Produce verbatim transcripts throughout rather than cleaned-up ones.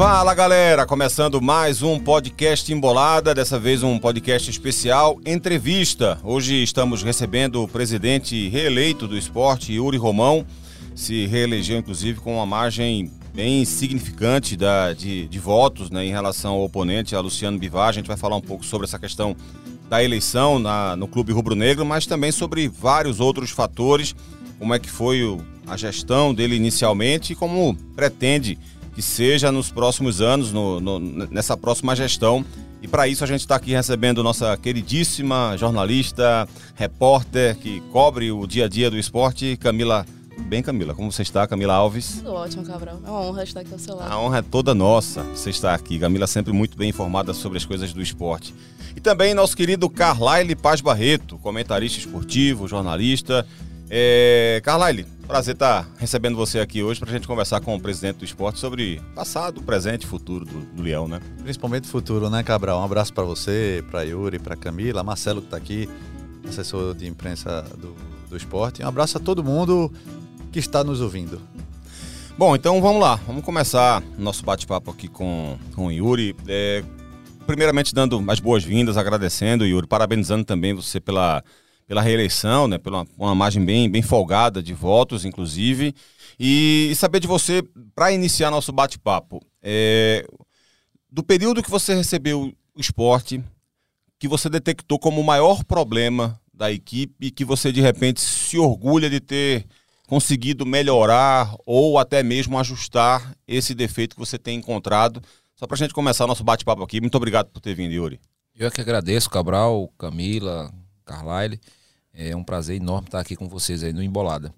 Fala galera, começando mais um podcast Embolada, dessa vez um podcast especial entrevista. Hoje estamos recebendo o presidente reeleito do esporte, Yuri Romão, se reelegeu inclusive com uma margem bem significante da, de, de votos, né, em relação ao oponente, a Luciano Bivar. A gente vai falar um pouco sobre essa questão da eleição na, no Clube Rubro-Negro, mas também sobre vários outros fatores, como é que foi o, a gestão dele inicialmente e como pretende que seja nos próximos anos, no, no, nessa próxima gestão. E para isso a gente está aqui recebendo nossa queridíssima jornalista, repórter que cobre o dia a dia do esporte, Camila. Bem, Camila, como você está, Camila Alves? Tudo ótimo, Cabral. É uma honra estar aqui ao seu lado. A honra é toda nossa você estar aqui. Camila sempre muito bem informada sobre as coisas do esporte. E também nosso querido Carlyle Paz Barreto, comentarista esportivo, jornalista. É... Carlyle, prazer estar recebendo você aqui hoje para a gente conversar com o presidente do esporte sobre passado, presente e futuro do, do Leão, né? Principalmente futuro, né, Cabral? Um abraço para você, para Yuri, para Camila, Marcelo que está aqui, assessor de imprensa do, do esporte. Um abraço a todo mundo que está nos ouvindo. Bom, então vamos lá, vamos começar nosso bate-papo aqui com, com o Yuri. É, primeiramente dando as boas-vindas, agradecendo, Yuri, parabenizando também você pela, pela reeleição, né, pela uma margem bem, bem folgada de votos, inclusive, e, e saber de você, para iniciar nosso bate-papo, é, do período que você recebeu o esporte, que você detectou como o maior problema da equipe e que você de repente se orgulha de ter conseguido melhorar ou até mesmo ajustar esse defeito que você tem encontrado. Só para a gente começar nosso bate-papo aqui. Muito obrigado por ter vindo, Yuri. Eu é que agradeço, Cabral, Camila, Carlyle. É um prazer enorme estar aqui com vocês aí no Embolada.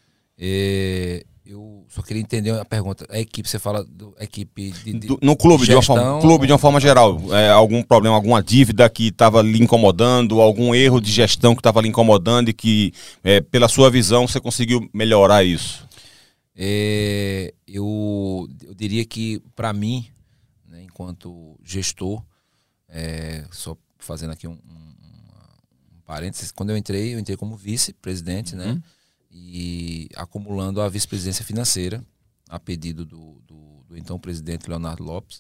É, eu só queria entender a pergunta. A equipe, você fala da equipe de, de Do, no clube, gestão, de uma forma, clube de uma forma geral. É, algum problema, alguma dívida que estava lhe incomodando, algum erro de gestão que estava lhe incomodando e que, é, pela sua visão, você conseguiu melhorar isso? É, eu, eu diria que, para mim, né, enquanto gestor, é, só fazendo aqui um, um, um parênteses, quando eu entrei, eu entrei como vice-presidente, né? Uhum. E acumulando a vice-presidência financeira, a pedido do, do, do então presidente Leonardo Lopes.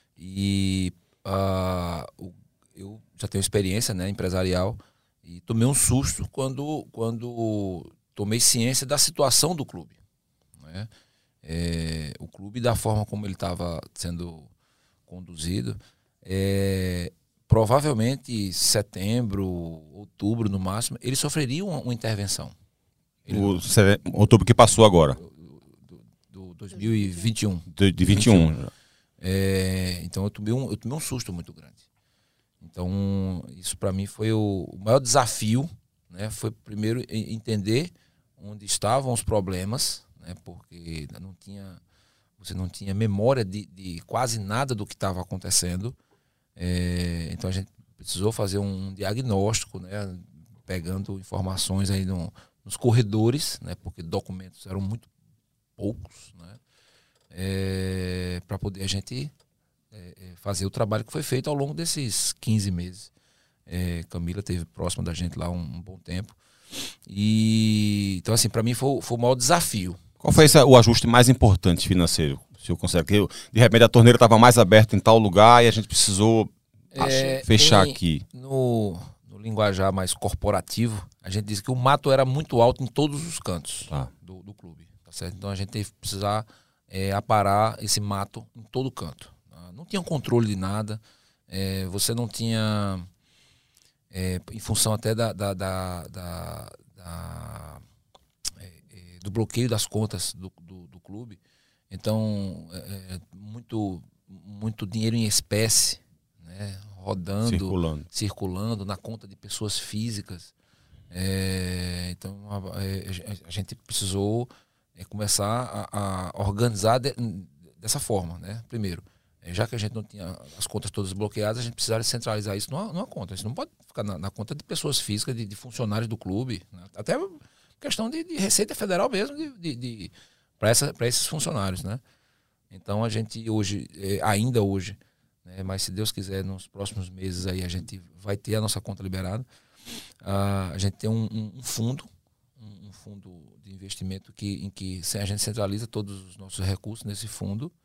E uh, o, eu já tenho experiência, né, empresarial e tomei um susto quando, quando tomei ciência da situação do clube, né? É, o clube, da forma como ele estava sendo conduzido, é, provavelmente setembro, outubro no máximo, ele sofreria uma, uma intervenção. O outubro que passou agora. Do, do, do dois mil e vinte e um. De, de vinte e um. É, então eu tomei, um, eu tomei um susto muito grande. Então isso para mim foi o, o maior desafio, né? Foi primeiro entender onde estavam os problemas, né? Porque não tinha, você não tinha memória de, de quase nada do que estava acontecendo. É, então a gente precisou fazer um diagnóstico, né? Pegando informações aí no nos corredores, né, porque documentos eram muito poucos, né, é, para poder a gente é, fazer o trabalho que foi feito ao longo desses quinze meses. É, Camila esteve próxima da gente lá um, um bom tempo. E, então, assim, para mim foi, foi o maior desafio. Qual foi esse, o ajuste mais importante financeiro? Se eu considero que eu, de repente a torneira estava mais aberta em tal lugar e a gente precisou é, fechar em, aqui. No, no linguajar mais corporativo, a gente disse que o mato era muito alto em todos os cantos ah. do, do clube. Tá certo? Então a gente teve que precisar é, aparar esse mato em todo canto. Tá? Não tinha controle de nada. É, você não tinha, é, em função até da, da, da, da, da é, do bloqueio das contas do, do, do clube. Então, é, muito, muito dinheiro em espécie, né, rodando, circulando. circulando na conta de pessoas físicas. É, então a, a gente precisou é, começar a, a organizar de, dessa forma, né? Primeiro, já que a gente não tinha as contas todas bloqueadas, a gente precisava centralizar isso numa, numa conta. Isso não pode ficar na, na conta de pessoas físicas, de, de funcionários do clube, né? Até questão de, de Receita Federal mesmo, de, de, de, para esses funcionários, né? Então a gente hoje, é, ainda hoje, né, mas se Deus quiser, nos próximos meses aí a gente vai ter a nossa conta liberada. Uh, a gente tem um, um, um fundo, um, um fundo de investimento que, em que a gente centraliza todos os nossos recursos nesse fundo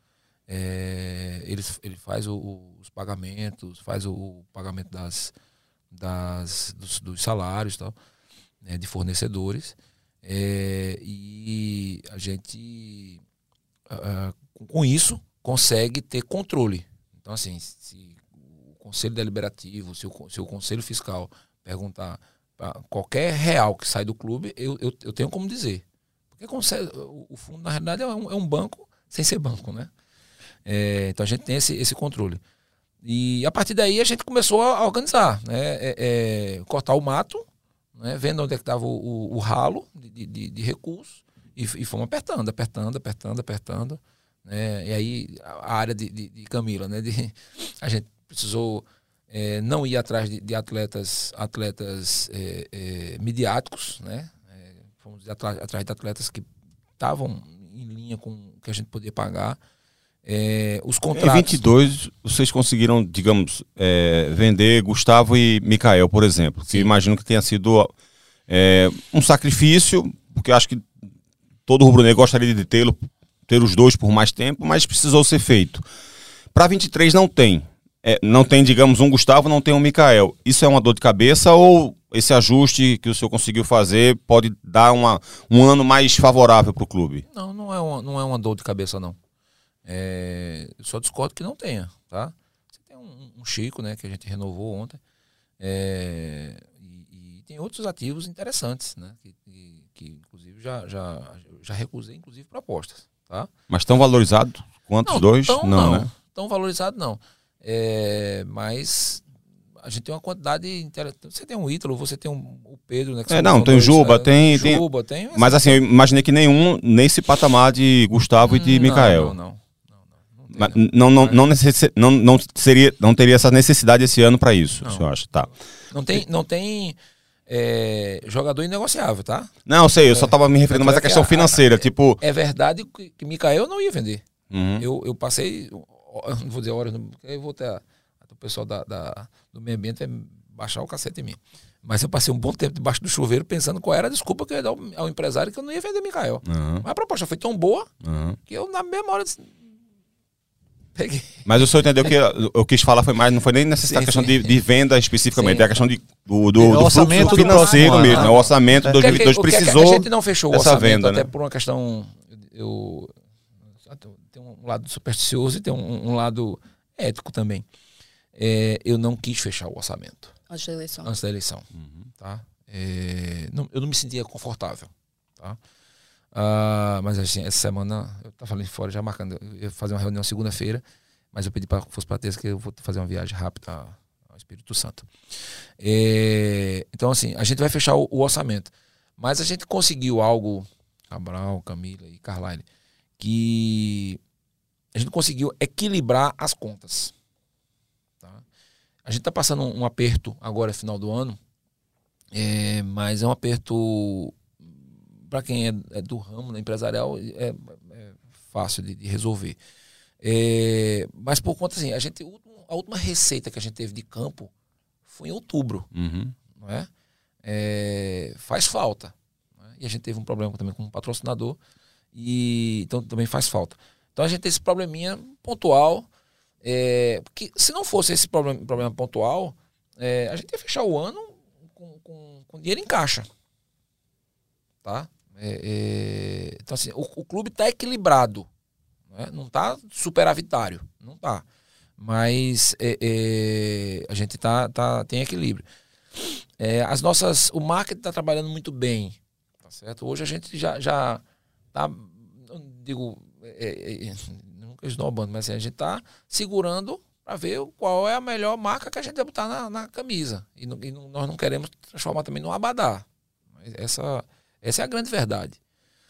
É, ele, ele faz o, o, os pagamentos, faz o, o pagamento das, das, dos, dos salários, tal, né, de fornecedores. É, e a gente, uh, com isso, consegue ter controle. Então, assim, se o Conselho Deliberativo, se o, se o Conselho Fiscal perguntar pra qualquer real que sai do clube, eu, eu, eu tenho como dizer. Porque o, o fundo, na realidade, é um, é um banco sem ser banco, né? É, então, a gente tem esse, esse controle. E, a partir daí, a gente começou a organizar, né? É, é, cortar o mato, né, vendo onde é que estava o, o, o ralo de, de, de recursos e, e fomos apertando, apertando, apertando, apertando. Né, e aí a área de, de, de Camila, né, de, a gente precisou é, não ir atrás de, de atletas, atletas é, é, midiáticos, né, é, fomos atrás, atrás de atletas que estavam em linha com o que a gente podia pagar. É, os contratos... Em vinte e dois, vocês conseguiram, digamos, é, vender Gustavo e Mikael, por exemplo. Sim. Que imagino que tenha sido é, um sacrifício, porque acho que todo rubro-negro gostaria de tê-lo, ter os dois por mais tempo, mas precisou ser feito. Para vinte e três não tem. É, não tem, digamos, um Gustavo, não tem um Mikael. Isso é uma dor de cabeça ou esse ajuste que o senhor conseguiu fazer pode dar uma, um ano mais favorável para o clube? Não, não é, uma, não é uma dor de cabeça, não. É, eu só discordo que não tenha, tá? Você tem um, um Chico, né, que a gente renovou ontem, é, e, e tem outros ativos interessantes, né, que, que, que inclusive já, já, já recusei, inclusive, propostas, tá? Mas tão valorizado quanto os dois? Tão, não, não, né? Tão valorizado não, é, mas a gente tem uma quantidade interessante. Você tem um Ítalo, você tem um, o Pedro, né? Que é, não, tem o Juba, é, tem, tem, Juba, tem... Mas assim, eu imaginei que nenhum nesse patamar de Gustavo hum, e de Mikael. Não, não, não. Mas não, não, não, necess... não, não, seria, não teria essa necessidade esse ano para isso, não. O senhor acha? Tá. Não tem, não tem é, jogador inegociável, tá? Não, sei, eu só estava me referindo mais à questão financeira. É, tipo... é verdade que, que Mikael não ia vender. Uhum. Eu, eu passei, não vou dizer horas, eu vou ter. O pessoal da, da, do meio ambiente vai baixar o cacete em mim. Mas eu passei um bom tempo debaixo do chuveiro pensando qual era a desculpa que eu ia dar ao, ao empresário que eu não ia vender Mikael. Uhum. Mas a proposta foi tão boa uhum. que eu, na mesma hora, disse, peguei. Mas o senhor entendeu que eu quis falar foi mais, não foi nem nessa questão de, de venda especificamente, sim. É a questão de, do, do, do fluxo financeiro do mesmo, né? O orçamento de dois mil e vinte e dois precisou. A gente não fechou o orçamento venda, até né? por uma questão. Eu, tem um lado supersticioso e tem um, um lado ético também. É, eu não quis fechar o orçamento. Antes da eleição. Antes da eleição. Uhum. Tá? É, não, eu não me sentia confortável. Tá? Ah, mas assim, essa semana eu estava ali fora já marcando. Eu ia fazer uma reunião segunda-feira, mas eu pedi para fosse para terça que eu vou fazer uma viagem rápida ao Espírito Santo. É, então, assim, a gente vai fechar o, o orçamento. Mas a gente conseguiu algo, Cabral, Camila e Carlyle, que a gente conseguiu equilibrar as contas. Tá? A gente está passando um, um aperto agora, final do ano, é, mas é um aperto, para quem é, é do ramo, né, empresarial, é, é fácil de, de resolver. É, mas por conta, assim, a, gente, a última receita que a gente teve de campo foi em outubro. Uhum. Não é? É, faz falta. Né? E a gente teve um problema também com um patrocinador, e então também faz falta. Então a gente tem esse probleminha pontual, é, porque se não fosse esse problema, problema pontual, é, a gente ia fechar o ano com, com, com dinheiro em caixa. Tá? É, é, então assim, o, o clube está equilibrado, né? Não está superavitário, não está. Mas é, é, a gente tá, tá, tem equilíbrio. É, as nossas, o marketing está trabalhando muito bem, tá certo? Hoje a gente já já tá, não digo, é, é, nunca esnobando, mas assim, a gente está segurando para ver qual é a melhor marca que a gente vai botar na, na camisa. E, no, e no, nós não queremos transformar também num abadá. Essa, essa é a grande verdade.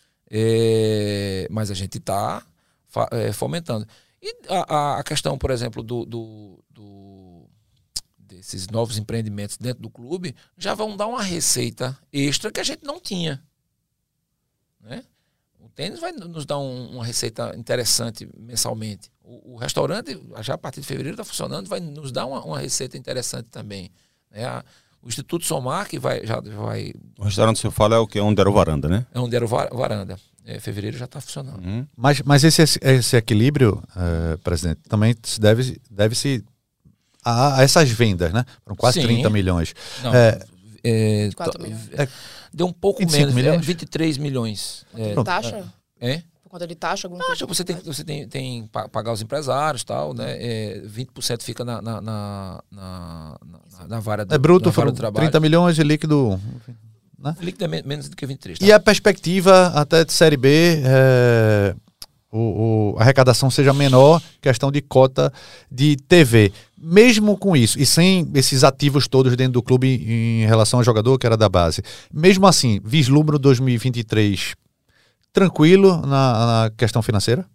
É, mas a gente está é, fomentando. E a, a questão, por exemplo, do, do, do, desses novos empreendimentos dentro do clube já vão dar uma receita extra que a gente não tinha. Né? O tênis vai nos dar um, uma receita interessante mensalmente. O, o restaurante, já a partir de fevereiro, está funcionando, vai nos dar uma, uma receita interessante também. Né? A, o Instituto Somar, que vai, já vai... O restaurante que o senhor fala é o que? Onde era o Varanda, né? É onde era o Varanda. É, fevereiro já está funcionando. Uhum. Mas, mas esse, esse equilíbrio, uh, presidente, também se deve, deve-se a, a essas vendas, né? Foram quase Sim. trinta milhões. Não, é, é, quatro milhões. É, deu um pouco menos, milhões? vinte e três milhões. É, taxa? É? Por conta de taxa? Alguma taxa, você tem, você tem, tem que pagar os empresários e tal, né? É, vinte por cento fica na, na, na, na, na, na vara do, é bruto, na vara do trabalho. trinta milhões de líquido... Né? O líquido é menos do que vinte e três. Tá? E a perspectiva até de Série B, é, o, o, a arrecadação seja menor, questão de cota de T V. Mesmo com isso, e sem esses ativos todos dentro do clube em relação ao jogador que era da base, mesmo assim, vislumbra dois mil e vinte e três tranquilo na, na questão financeira?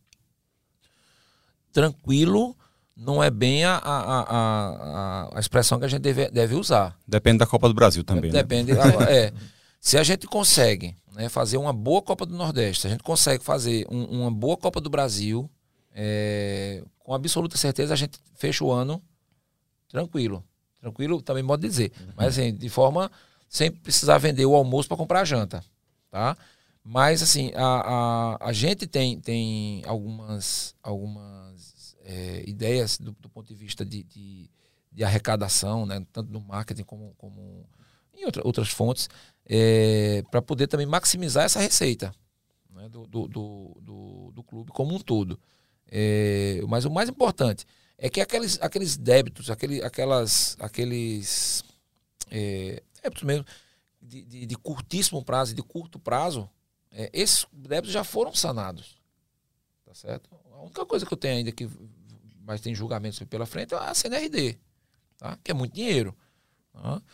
Tranquilo não é bem a, a, a, a, a expressão que a gente deve, deve usar. Depende da Copa do Brasil também. Depende. Né? É, se a gente consegue, né, fazer uma boa Copa do Nordeste, se a gente consegue fazer um, uma boa Copa do Brasil, é, com absoluta certeza a gente fecha o ano tranquilo. Tranquilo também pode dizer. Uhum. Mas assim, de forma sem precisar vender o almoço para comprar a janta. Tá? Mas assim, a, a, a gente tem, tem algumas... algumas É, ideias do, do ponto de vista de, de, de arrecadação, né, tanto no marketing como, como em outra, outras fontes, é, para poder também maximizar essa receita, né, do, do, do, do, do clube como um todo. É, mas o mais importante é que aqueles, aqueles débitos, aquele, aquelas, aqueles é, débitos mesmo de, de, de curtíssimo prazo e de curto prazo, é, esses débitos já foram sanados. Tá certo? A única coisa que eu tenho ainda que mas tem julgamentos pela frente é a C N R D, tá? Que é muito dinheiro. Tá?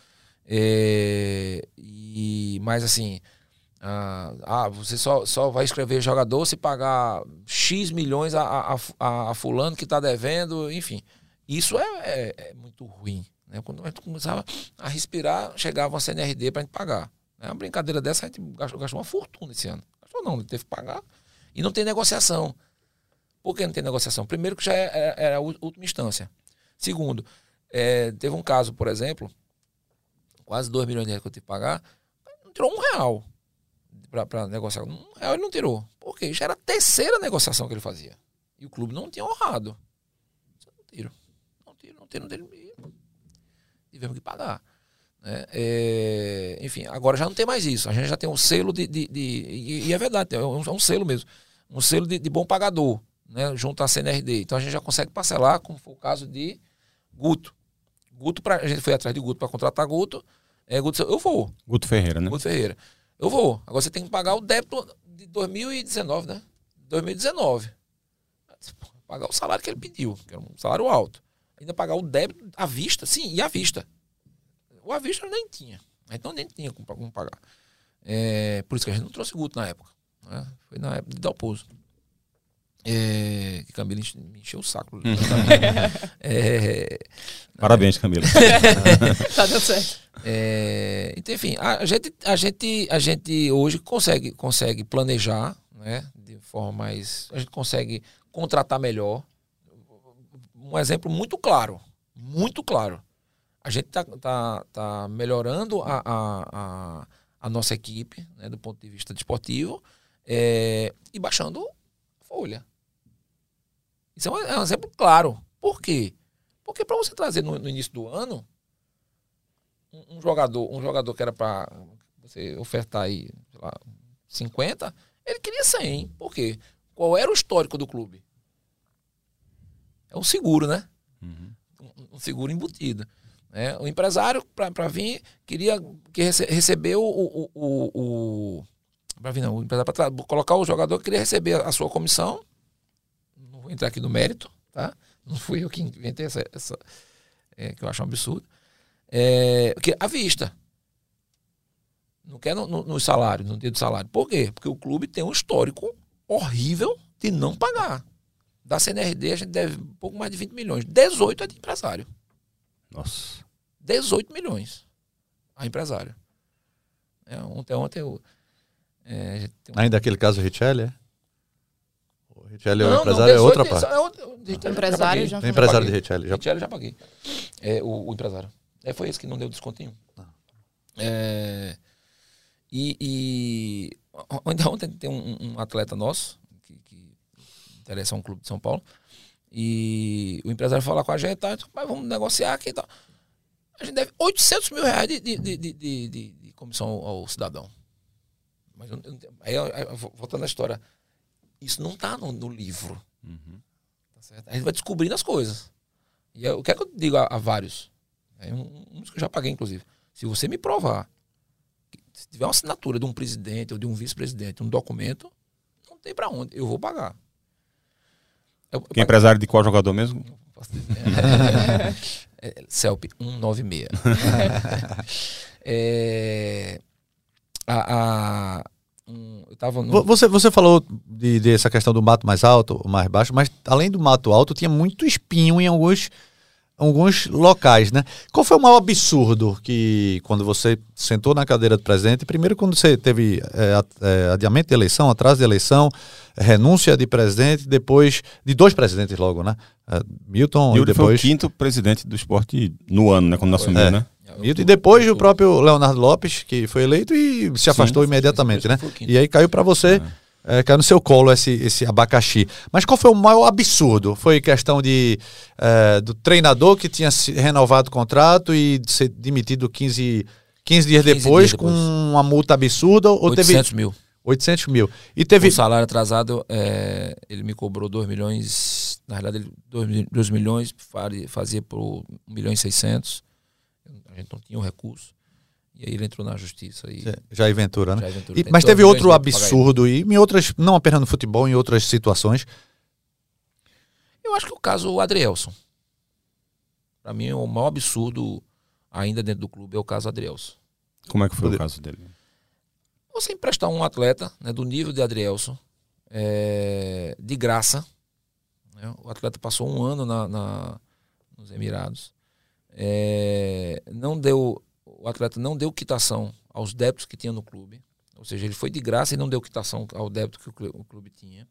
É, e, mas assim, ah, ah, você só, só vai escrever jogador se pagar X milhões a, a, a, a fulano que está devendo, enfim. Isso é, é, é muito ruim. Né? Quando a gente começava a respirar, chegava uma C N R D para a gente pagar. Né? Uma brincadeira dessa, a gente gastou, gastou uma fortuna esse ano. Gastou não, teve que pagar. E não tem negociação. Por que não tem negociação? Primeiro que já era a última instância. Segundo, é, teve um caso, por exemplo, quase dois milhões de reais que eu tive que pagar, não tirou um real para negociar. Um real ele não tirou. Por quê? Já era a terceira negociação que ele fazia. E o clube não tinha honrado. Não tiro. Não tiro, não tiro, não tiro. Tivemos que pagar. Né? É, enfim, agora já não tem mais isso. A gente já tem um selo de... de, de e, e é verdade, é um, é um selo mesmo. Um selo de, de bom pagador. Né, junto à C N R D. Então a gente já consegue parcelar, como foi o caso de Guto. Guto pra, a gente foi atrás de Guto para contratar Guto. É, Guto, eu vou. Guto Ferreira, né? Guto Ferreira. Eu vou. Agora você tem que pagar o débito de dois mil e dezenove, né? dois mil e dezenove. Pagar o salário que ele pediu, que era um salário alto. Ainda pagar o débito à vista, sim, e à vista. O à vista eu nem tinha. Então nem tinha como pagar. É, por isso que a gente não trouxe Guto na época. Né? Foi na época de Dalpozo. É, que Camila me encheu o saco. Hum. é, Parabéns, Camila. Tá dando certo. É, então, enfim, a gente, a, gente, a gente hoje consegue, consegue planejar, né, de forma mais... A gente consegue contratar melhor. Um exemplo muito claro, muito claro. A gente está tá, tá melhorando a, a, a, a nossa equipe, né, do ponto de vista desportivo, é, e baixando folha. Isso é um, é um exemplo claro. Por quê? Porque para você trazer no, no início do ano um, um jogador, um jogador que era para você ofertar aí, sei lá, cinquenta, ele queria cem. Por quê? Qual era o histórico do clube? É um seguro, né? Uhum. Um, um seguro embutido. Né? O empresário, para vir, queria que rece, receber o, o, o, o para vir não, o empresário para colocar o jogador queria receber a sua comissão. Não vou entrar aqui no mérito, tá? Não fui eu que inventei essa, essa é, que eu acho um absurdo. É, que à vista. Não quer no, no, no salário, no dia do salário. Por quê? Porque o clube tem um histórico horrível de não pagar. Da C N R D a gente deve um pouco mais de vinte milhões. dezoito é de empresário. Nossa. dezoito milhões a empresário. É, ontem, ontem eu... É, um... Ainda aquele caso Richelli, é? O Richelli é o empresário, não, dezoito, é outra parte. É outro, o empresário já, já O empresário de Richelli. Já... Richelli já paguei. É, o, o empresário. É, foi esse que não deu desconto nenhum. É, E, e ainda ontem tem um, um atleta nosso, que, que interessa a um clube de São Paulo, e o empresário falou com a gente, tá, mas vamos negociar aqui e tal. A gente deve oitocentos mil reais de, de, de, de, de, de comissão ao, ao cidadão. Mas eu, eu, aí, eu, voltando à história, isso não está no, no livro. Uhum. Tá certo? A gente vai descobrindo as coisas. E eu, o que é que eu digo a, a vários? É um, um dos que eu já paguei, inclusive. Se você me provar, que, se tiver uma assinatura de um presidente ou de um vice-presidente, um documento, não tem para onde. Eu vou pagar. Eu, eu que é empresário de qual jogador mesmo? Não posso dizer. É, é, Celp cento e noventa e seis. é, a, a, um, eu tava no... você, você falou de, de essa questão do mato mais alto, mais baixo, mas além do mato alto, tinha muito espinho em alguns, alguns locais, né? Qual foi o maior absurdo que, quando você sentou na cadeira do presidente, primeiro quando você teve é, é, adiamento de eleição, atraso de eleição, renúncia de presidente, depois de dois presidentes logo, né? É, Milton e depois... foi o quinto presidente do esporte no ano, né? Quando assumiu, é. né? Milton, e depois o próprio Leonardo Lopes, que foi eleito e se afastou sim, imediatamente, né? E aí caiu para você, é. É, caiu no seu colo esse, esse abacaxi. Mas qual foi o maior absurdo? Foi questão de, é, do treinador que tinha renovado o contrato e ser demitido quinze, quinze dias quinze depois, dias depois com uma multa absurda? Ou oitocentos teve... mil. oitocentos mil. E teve... O salário atrasado, é, ele me cobrou dois milhões, na realidade, dois milhões, fazia por um milhão e seiscentos. A gente não tinha o recurso. E aí ele entrou na justiça. E Jair Ventura, né? Jair Ventura, e, mas teve outro absurdo, e em outras, não apenas no futebol, em outras situações. Eu acho que o caso o Adrielson. Para mim, o maior absurdo ainda dentro do clube é o caso Adrielson. Como é que foi Poder... o caso dele? Você emprestar um atleta, né, do nível de Adrielson, é, de graça. Né? O atleta passou um ano na, na, nos Emirados. É, não deu, o atleta não deu quitação aos débitos que tinha no clube, ou seja, ele foi de graça e não deu quitação ao débito que o clube, o clube tinha.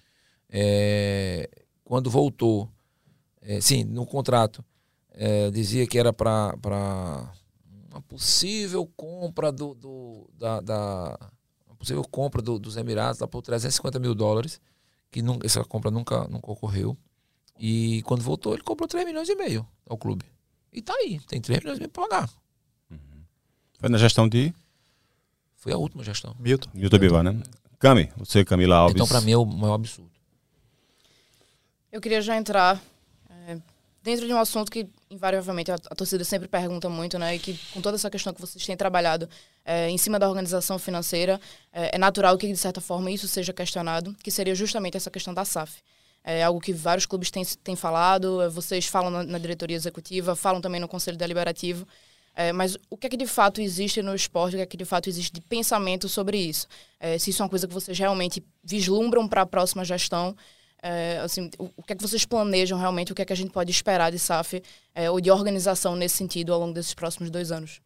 É, quando voltou, é, sim, no contrato, é, dizia que era para uma possível compra do, do da, da uma possível compra do, dos Emirados lá por trezentos e cinquenta mil dólares, que não, essa compra nunca, nunca ocorreu. E quando voltou, ele comprou três milhões e meio ao clube. E tá aí, tem três milhões e meio para pagar. Uhum. Foi na gestão de? Foi a última gestão. Milton. Milton Bivar, né? Cami, você, Camila Alves. Então, para mim, é o maior absurdo. Eu queria já entrar é, dentro de um assunto que, invariavelmente, a, a torcida sempre pergunta muito, né? E que, com toda essa questão que vocês têm trabalhado é, em cima da organização financeira, é, é natural que, de certa forma, isso seja questionado, que seria justamente essa questão da S A F. É algo que vários clubes têm, têm falado, vocês falam na, na diretoria executiva, falam também no Conselho Deliberativo. É, mas o que é que de fato existe no esporte, o que é que de fato existe de pensamento sobre isso? É, se isso é uma coisa que vocês realmente vislumbram para a próxima gestão, é, assim, o, o que é que vocês planejam realmente, o que é que a gente pode esperar de S A F é, ou de organização nesse sentido ao longo desses próximos dois anos?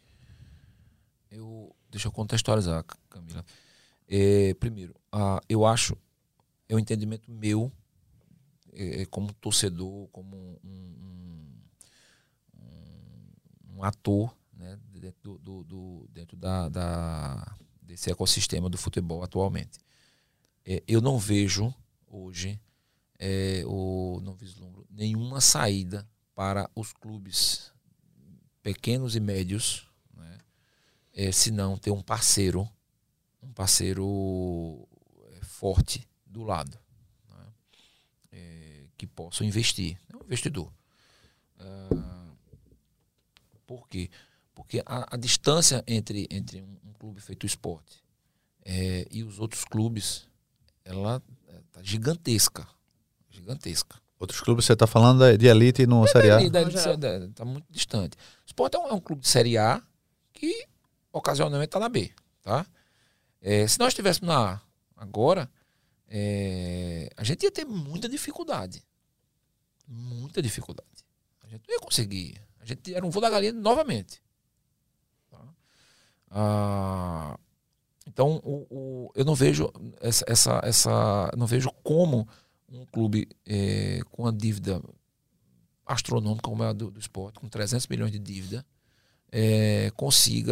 Eu, deixa eu contextualizar, Camila. É, primeiro, uh, eu acho, é um entendimento meu, é, como torcedor, como um, um, um, um ator, né, dentro, do, do, dentro da, da, desse ecossistema do futebol atualmente. É, eu não vejo hoje, é, ou não vislumbro nenhuma saída para os clubes pequenos e médios, né, é, se não ter um parceiro, um parceiro forte do lado, né, é, que possa investir, é um investidor. Uh, por quê? Porque a, a distância entre, entre um, um clube feito esporte é, e os outros clubes, ela está gigantesca, gigantesca. Outros clubes você está falando de elite no é, Série A? Está muito distante. O Sport é um, é um clube de Série A que ocasionalmente está na B, tá? É, se nós estivéssemos na A agora, é, a gente ia ter muita dificuldade. Muita dificuldade. A gente não ia conseguir. A gente era um voo da galinha novamente. Tá? Ah, então, o, o, eu não vejo essa, essa, essa, não vejo como um clube é, com uma dívida astronômica como é a do, do Sport, com trezentos milhões de dívida, é, consiga,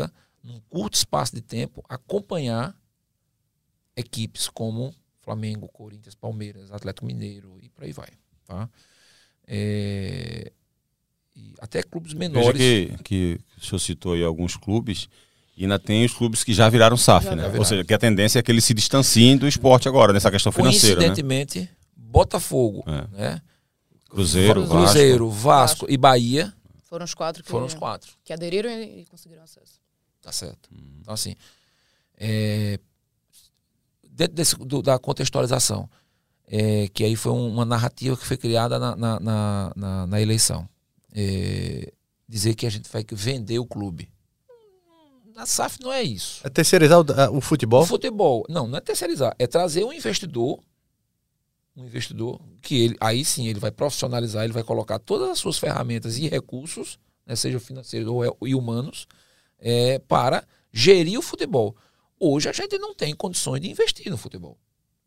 num curto espaço de tempo, acompanhar equipes como Flamengo, Corinthians, Palmeiras, Atlético Mineiro e por aí vai. Tá? É, e até clubes menores. Veja que, que o senhor citou aí alguns clubes, e ainda tem os clubes que já viraram S A F, Já né? viraram. Ou seja, que a tendência é que eles se distanciem do esporte agora, nessa questão financeira, né? Coincidentemente, Botafogo, É. né? Cruzeiro, Vasco. Cruzeiro, Vasco Vasco. e Bahia Foram os quatro que, foram os quatro. que aderiram e, e conseguiram acesso. Tá certo. Então, assim, é, dentro desse, do, da contextualização, é, que aí foi um, uma narrativa que foi criada na, na, na, na, na eleição. É, dizer que a gente vai vender o clube. Na S A F não é isso. É terceirizar o, o futebol? O futebol, não, não é terceirizar, é trazer um investidor, um investidor que ele, aí sim ele vai profissionalizar, ele vai colocar todas as suas ferramentas e recursos, né, sejam financeiros ou e humanos, é, para gerir o futebol. Hoje a gente não tem condições de investir no futebol.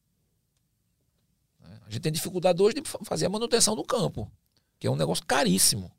A gente tem dificuldade hoje de fazer a manutenção do campo, que é um negócio caríssimo.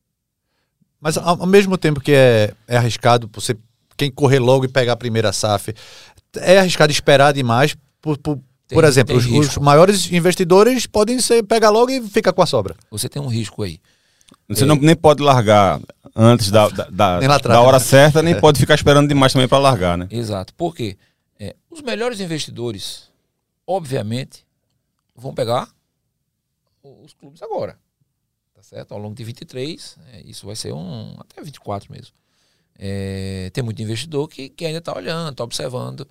Mas ao, ao mesmo tempo que é, é arriscado você, quem correr logo e pegar a primeira S A F, é arriscado esperar demais. Por, por, Tem- por exemplo, tem os, os risco. maiores investidores podem ser, pegar logo e ficar com a sobra. Você tem um risco aí. Você não, nem pode largar antes da, da, da, Nem lá atrás, da hora né? certa, nem pode ficar esperando demais também para largar, né? Exato. Por quê? É, os melhores investidores, obviamente, vão pegar o- os clubes agora. Tá certo? Ao longo de vinte e três, é, isso vai ser um. Até vinte e quatro mesmo. É, tem muito investidor que, que ainda está olhando, está observando,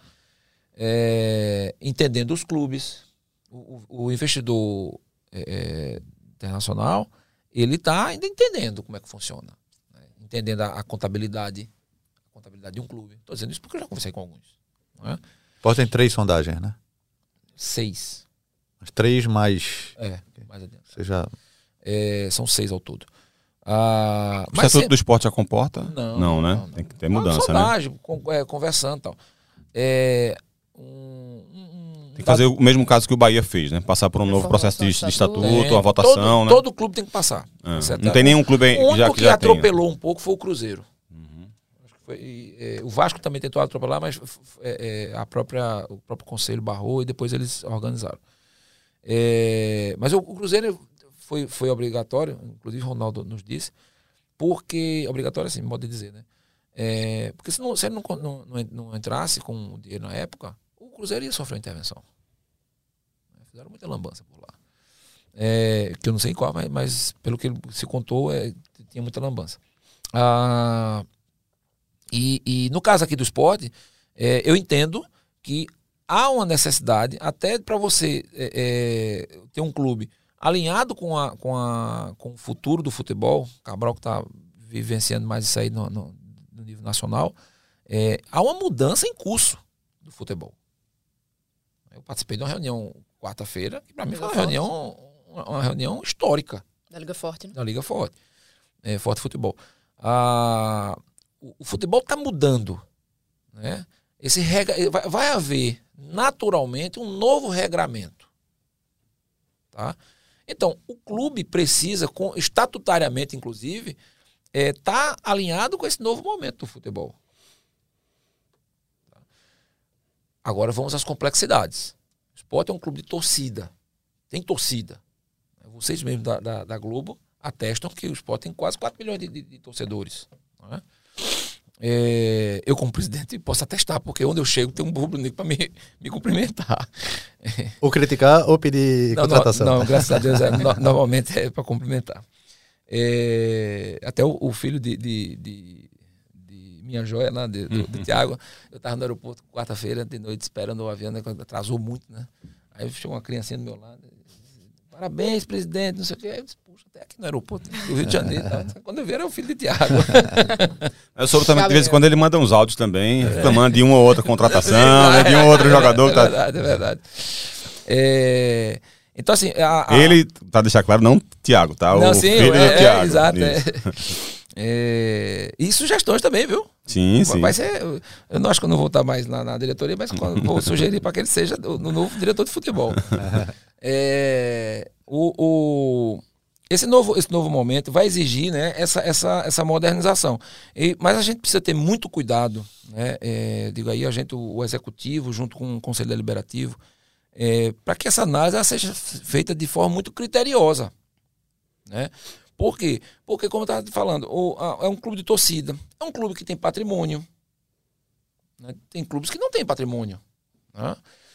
é, entendendo os clubes. O, o- o investidor é, é, internacional, ele está ainda entendendo como é que funciona. Né? Entendendo a, a contabilidade, a contabilidade de um clube. Estou dizendo isso porque eu já conversei com alguns. Não é? Pode ter três sondagens, né? Seis. As três mais. É, mais adiante. Seja. É, são seis ao todo. Ah, O Estatuto se- do Esporte já comporta? Não, Não, né? não, não. Tem que ter Não, mudança, né? sondagem, con- é, conversando e tal. É, um, um- Tem que fazer o mesmo caso que o Bahia fez, né? Passar por um novo Reformulação processo de, de do estatuto, estatuto. uma votação, todo, né? todo clube tem que passar. É. Certo? Não tem nenhum clube aí O que único já, que, que já tenha. atropelou um pouco foi o Cruzeiro. Acho que foi, é, o Vasco também tentou atropelar, mas f- f- é, é, a própria, o próprio conselho barrou e depois eles organizaram. É, mas o, o Cruzeiro foi, foi obrigatório, inclusive o Ronaldo nos disse, porque, obrigatório assim, modo de dizer, né? É, porque se, não, se ele não, não, não, não entrasse com o dinheiro na época, o Cruzeiro ia sofrer intervenção. Fizeram muita lambança por lá. É, que eu não sei qual, mas, mas pelo que ele se contou, é, tinha muita lambança. Ah, e, e no caso aqui do esporte, é, eu entendo que há uma necessidade, até para você é, é, ter um clube alinhado com, a, com, a, com o futuro do futebol. Cabral que está vivenciando mais isso aí no, no, no nível nacional, é, há uma mudança em curso do futebol. Eu participei de uma reunião quarta-feira, que para mim foi uma reunião, uma, uma reunião histórica Da Liga Forte, né? da Liga Forte, é, Forte Futebol. Ah, o, o futebol está mudando, né? Esse regra, vai, vai haver naturalmente um novo regramento, tá? Então o clube precisa, com, estatutariamente inclusive, estar tá alinhado com esse novo momento do futebol. Tá? Agora vamos às complexidades. O Sport é um clube de torcida, tem torcida. Vocês mesmos da, da, da Globo atestam que o Sport tem quase quatro milhões de, de, de torcedores. Não é? É, eu, como presidente, posso atestar, porque onde eu chego tem um rubro-negro para me, me cumprimentar. Ou criticar ou pedir Não, contratação. não, não, graças a Deus, é, no, normalmente é para cumprimentar. É, até o, o filho de, de, de, de minha joia, né, de, do, do Thiago, eu estava no aeroporto quarta-feira de noite esperando o avião, né, quando atrasou muito, né? Aí chegou uma criancinha do meu lado. Parabéns, presidente, não sei o que. Aí eu disse, puxa, até aqui no aeroporto do Rio de Janeiro. Tá? Quando eu vi, era o filho de Tiago. Eu soube também que de vez em quando ele manda uns áudios também, reclamando de uma ou outra contratação, né, de um ou outro jogador. É Tá... verdade, é verdade. É, então, assim... A, a... Ele, pra deixar claro, não Tiago, tá? Não, o sim, filho é, do Tiago. é, exato. É. Isso. É, e sugestões também, viu? Sim, sim. Vai ser, eu não acho que eu não vou estar mais na, na diretoria, mas quando, vou sugerir para que ele seja o no novo diretor de futebol. É, o, o, esse novo, esse novo momento vai exigir, né, essa, essa, essa modernização. E, mas a gente precisa ter muito cuidado, né, é, digo aí, a gente, o, o executivo, junto com o Conselho Deliberativo, é, para que essa análise ela seja feita de forma muito criteriosa. Né? Por quê? Porque, como eu estava falando, o, a, é um clube de torcida, é um clube que tem patrimônio. Né? Tem clubes que não têm patrimônio. Né?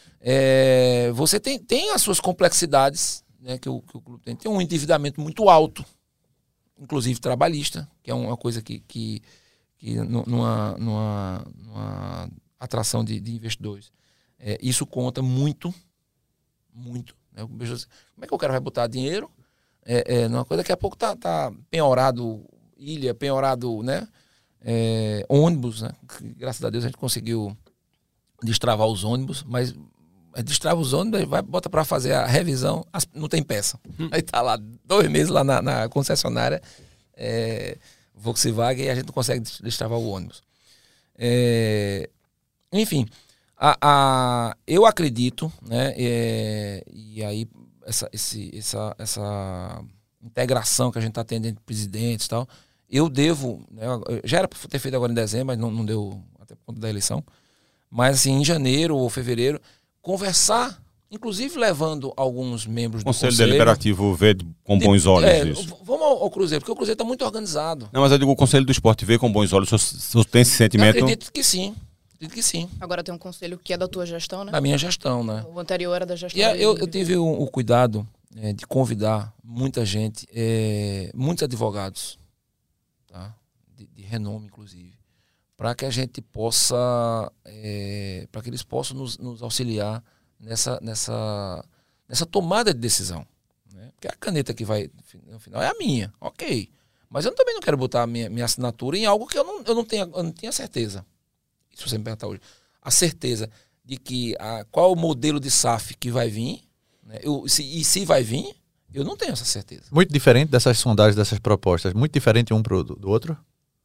É, você tem, tem as suas complexidades, né, que, o, que o clube tem. Tem um endividamento muito alto, inclusive trabalhista, que é uma coisa que, que, que numa, numa, numa atração de, de investidores, é, isso conta muito, muito. Né? Como é que o cara vai botar dinheiro é, é, numa coisa que daqui a pouco tá, tá penhorado ilha, penhorado, né, é, ônibus, né? Graças a Deus a gente conseguiu destravar os ônibus, mas destrava os ônibus, vai, bota para fazer a revisão, as, não tem peça. Hum. Aí tá lá dois meses lá na, na concessionária é, Volkswagen e a gente não consegue destravar o ônibus. É, enfim, a, a, eu acredito, né, é, e aí essa, esse, essa, essa integração que a gente está tendo entre presidentes e tal, eu devo, né, já era para ter feito agora em dezembro, mas não, não deu até por conta da eleição, mas assim, em janeiro ou fevereiro, conversar, inclusive levando alguns membros do Conselho. Conselho Deliberativo vê com bons olhos é, isso. Vamos ao, ao Cruzeiro, porque o Cruzeiro está muito organizado. Não, mas eu digo o Conselho do Esporte vê com bons olhos, o senhor tem esse sentimento? Eu acredito que sim, acredito que sim. Agora tem um conselho que é da tua gestão, né? Da minha gestão, né? O anterior era da gestão. E eu, eu tive o, o cuidado é, de convidar muita gente, é, muitos advogados, tá? de, de renome, inclusive, para que a gente possa, é, para que eles possam nos, nos auxiliar nessa, nessa, nessa tomada de decisão. Né? Porque a caneta que vai no final é a minha, ok. Mas eu também não quero botar a minha, minha assinatura em algo que eu não, eu não, tenha, eu não tenha certeza. Se você me perguntar hoje, a certeza de que a, qual o modelo de S A F que vai vir, né? eu, se, e se vai vir, eu não tenho essa certeza. Muito diferente dessas sondagens, dessas propostas, muito diferente um pro, do outro?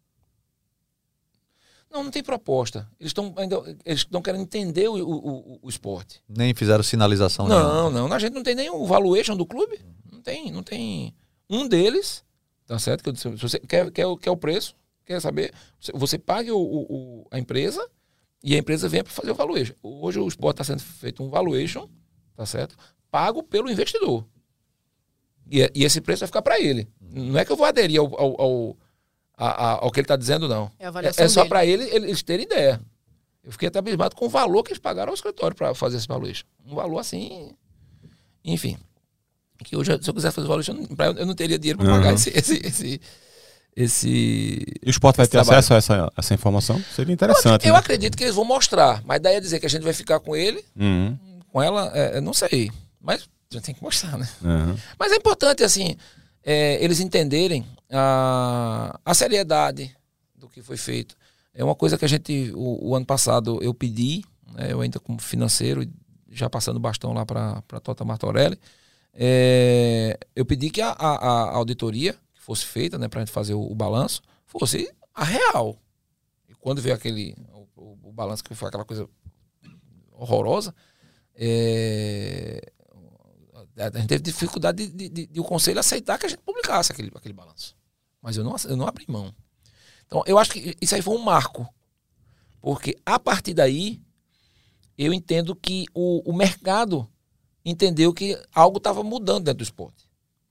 Não, não tem proposta. Eles estão ainda eles estão querendo entender o, o, o esporte. Nem fizeram sinalização Não, nenhuma. não. A gente não tem nem o valuation do clube. Não tem, não tem. Um deles, tá certo? Que se você quer, quer, quer o preço, quer saber, você, você pague o, o, a empresa e a empresa vem para fazer o valuation. Hoje o esporte está sendo feito um valuation, tá certo? Pago pelo investidor. E, e esse preço vai ficar para ele. Não é que eu vou aderir ao, ao, ao A, a, ao que ele está dizendo, não. É, é, é só para ele, eles terem ideia. Eu fiquei até abismado com o valor que eles pagaram ao escritório para fazer esse valuation. Um valor assim, enfim. Que hoje, se eu quiser fazer o valuation, eu não teria dinheiro para uhum. pagar esse, esse, esse, esse. E o esporte vai ter trabalho. acesso a essa, essa informação? Seria interessante. Eu, eu né? acredito que eles vão mostrar, mas daí a dizer que a gente vai ficar com ele, uhum. com ela, é, não sei. Mas a gente tem que mostrar, né? Uhum. Mas é importante, assim, é, eles entenderem a, a seriedade do que foi feito. É uma coisa que a gente, o, o ano passado eu pedi, né, eu ainda como financeiro, já passando o bastão lá para a Tota Martorelli, é, eu pedi que a, a, a auditoria que fosse feita, né, para a gente fazer o, o balanço, fosse a real. E quando veio aquele, o, o, o balanço que foi aquela coisa horrorosa, é, a gente teve dificuldade de, de, de, de o conselho aceitar que a gente publicasse aquele, aquele balanço. Mas eu não, eu não abri mão. Então, eu acho que isso aí foi um marco. Porque, a partir daí, eu entendo que o, o mercado entendeu que algo estava mudando dentro do esporte.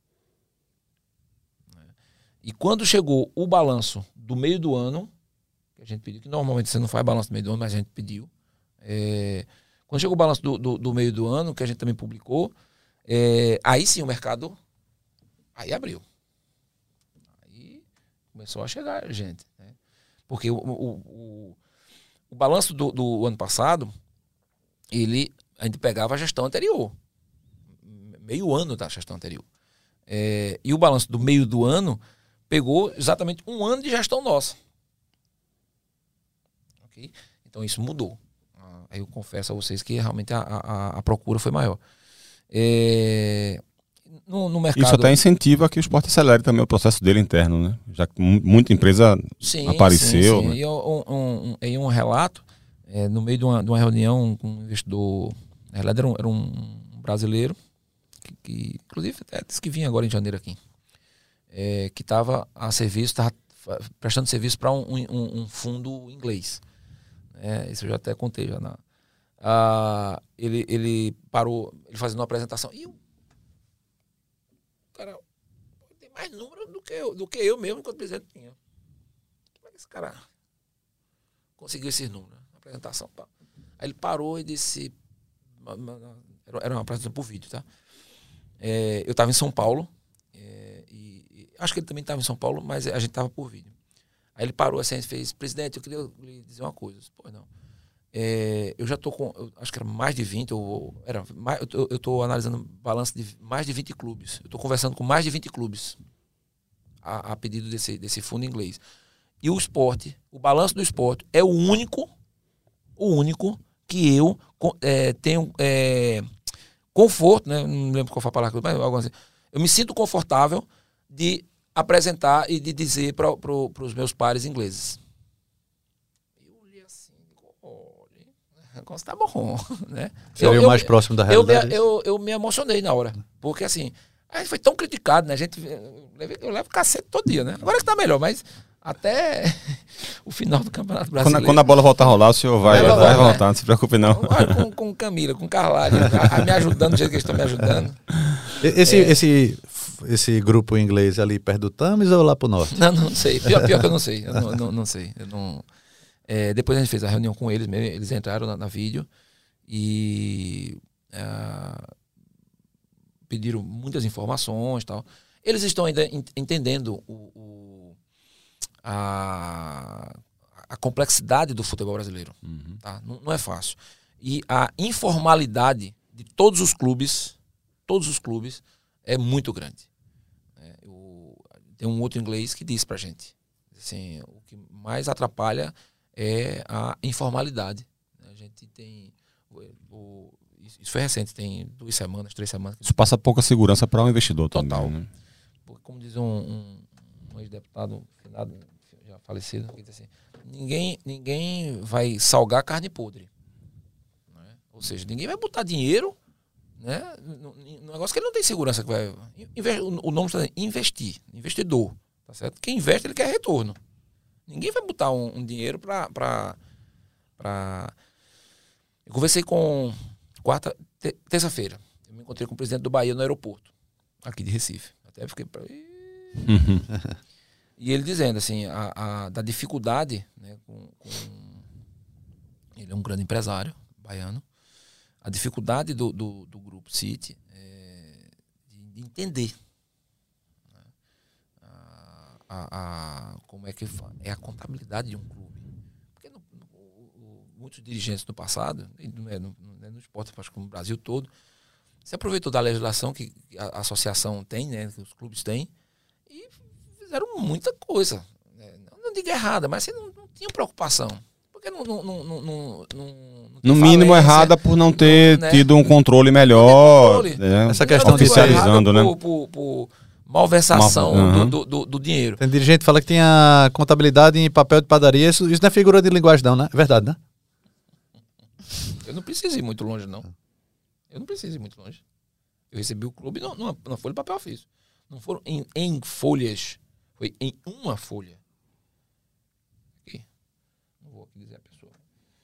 E quando chegou o balanço do meio do ano, que a gente pediu, que normalmente você não faz balanço do meio do ano, mas a gente pediu. É, quando chegou o balanço do, do, do meio do ano, que a gente também publicou, é, aí sim o mercado aí abriu. Começou a chegar gente, né? Porque o, o, o, o balanço do, do ano passado, ele, a gente pegava a gestão anterior, meio ano da gestão anterior, é, e o balanço do meio do ano pegou exatamente um ano de gestão nossa. Okay? Então isso mudou. Aí eu confesso a vocês que realmente a, a, a procura foi maior. É, No, no mercado... Isso até incentiva que o esporte acelere também o processo dele interno, né? Já que muita empresa sim, apareceu. Sim, sim. Né? E um, um, um, um relato, é, no meio de uma, de uma reunião com um investidor, na realidade era um, era um brasileiro, que, que inclusive até disse que vinha agora em janeiro aqui. é, que estava a serviço, estava prestando serviço para um, um, um fundo inglês. É, isso eu já até contei. Já na, ah, ele, ele parou, ele fazendo uma apresentação. E o cara tem mais número do que eu, do que eu mesmo, enquanto presidente tinha. Como é que esse cara conseguiu esses números? Na apresentação. Pá. Aí ele parou e disse... Era uma apresentação por vídeo, tá? É, eu estava em São Paulo. É, e, e acho que ele também estava em São Paulo, mas a gente estava por vídeo. Aí ele parou assim e fez: presidente, eu queria lhe dizer uma coisa. Eu disse, pô, não. É, eu já estou com, eu acho que era mais de vinte, ou, era, mais, eu estou analisando balanço de mais de vinte clubes. Eu estou conversando com mais de vinte clubes a, a pedido desse, desse fundo inglês. E o esporte, o balanço do esporte é o único, o único que eu é, tenho é, conforto, né? Não lembro qual foi a palavra, mas algo assim. Eu me sinto confortável de apresentar e de dizer para pro, os meus pares ingleses. Eu olhei assim, olha, o negócio tá bom, né? Seria eu, o mais eu, próximo da realidade. Eu, eu, eu me emocionei na hora, porque assim, a gente foi tão criticado, né? A gente, eu, levo, eu levo cacete todo dia, né? Agora que tá melhor, mas até o final do Campeonato Brasileiro. Quando, quando a bola voltar a rolar, o senhor vai, vai, vai voltar, não se preocupe não. Com, com Camila, com Carlade, me ajudando do jeito que eles estão me ajudando. Esse, é... esse, esse grupo inglês ali perto do Thames ou lá pro norte? Não, não sei. Pior, pior que eu não sei. Eu não, não, não sei. Eu não... É, depois a gente fez a reunião com eles, eles entraram na, na vídeo e uh, pediram muitas informações e tal. Eles estão ainda entendendo o, o, a, a complexidade do futebol brasileiro. Uhum. Tá? Não, não é fácil. E a informalidade de todos os clubes, todos os clubes, é muito grande. É, eu, tem um outro inglês que disse pra gente, assim, o que mais atrapalha é a informalidade. A gente tem... O, o, isso foi recente, tem duas semanas, três semanas. Isso passa pouca segurança para o um investidor total. Também, né? Porque, como diz um, um, um ex-deputado já falecido, que diz assim, ninguém, ninguém vai salgar carne podre. Né? Ou seja, ninguém vai botar dinheiro, né, no, no negócio que ele não tem segurança. Que vai, o nome está dizendo investir, investidor. Tá certo? Quem investe, ele quer retorno. Ninguém vai botar um, um dinheiro para... Pra... Eu conversei com... Quarta, te, terça-feira, eu me encontrei com o presidente do Bahia no aeroporto, aqui de Recife. Até fiquei pra... Uhum. E ele dizendo assim, a, a, da dificuldade, né, com, com... ele é um grande empresário baiano, a dificuldade do, do, do Grupo City é de entender, né, a, a, a, como é que é a contabilidade de um clube. Porque no, no, o, muitos dirigentes no passado, não é no, no esporte, acho que no Brasil todo, se aproveitou da legislação que a, a associação tem, né, que os clubes têm, e fizeram muita coisa. Né? Não, não digo errada, mas assim, não, não tinha preocupação. Porque não, não, não, não, não, não no mínimo falência, errada por não ter não, né? tido um controle melhor. Controle. Né? Essa questão de ser né? por, por, por malversação Mal, uhum. do, do, do dinheiro. Tem dirigente que fala que tinha contabilidade em papel de padaria. Isso, isso não é figura de linguagem não, né? É verdade, né? Eu não preciso ir muito longe, não. Eu não preciso ir muito longe. Eu recebi o clube numa, numa folha de papel ofício. Não foram em, em folhas. Foi em uma folha. Aqui. Não vou aqui dizer a pessoa.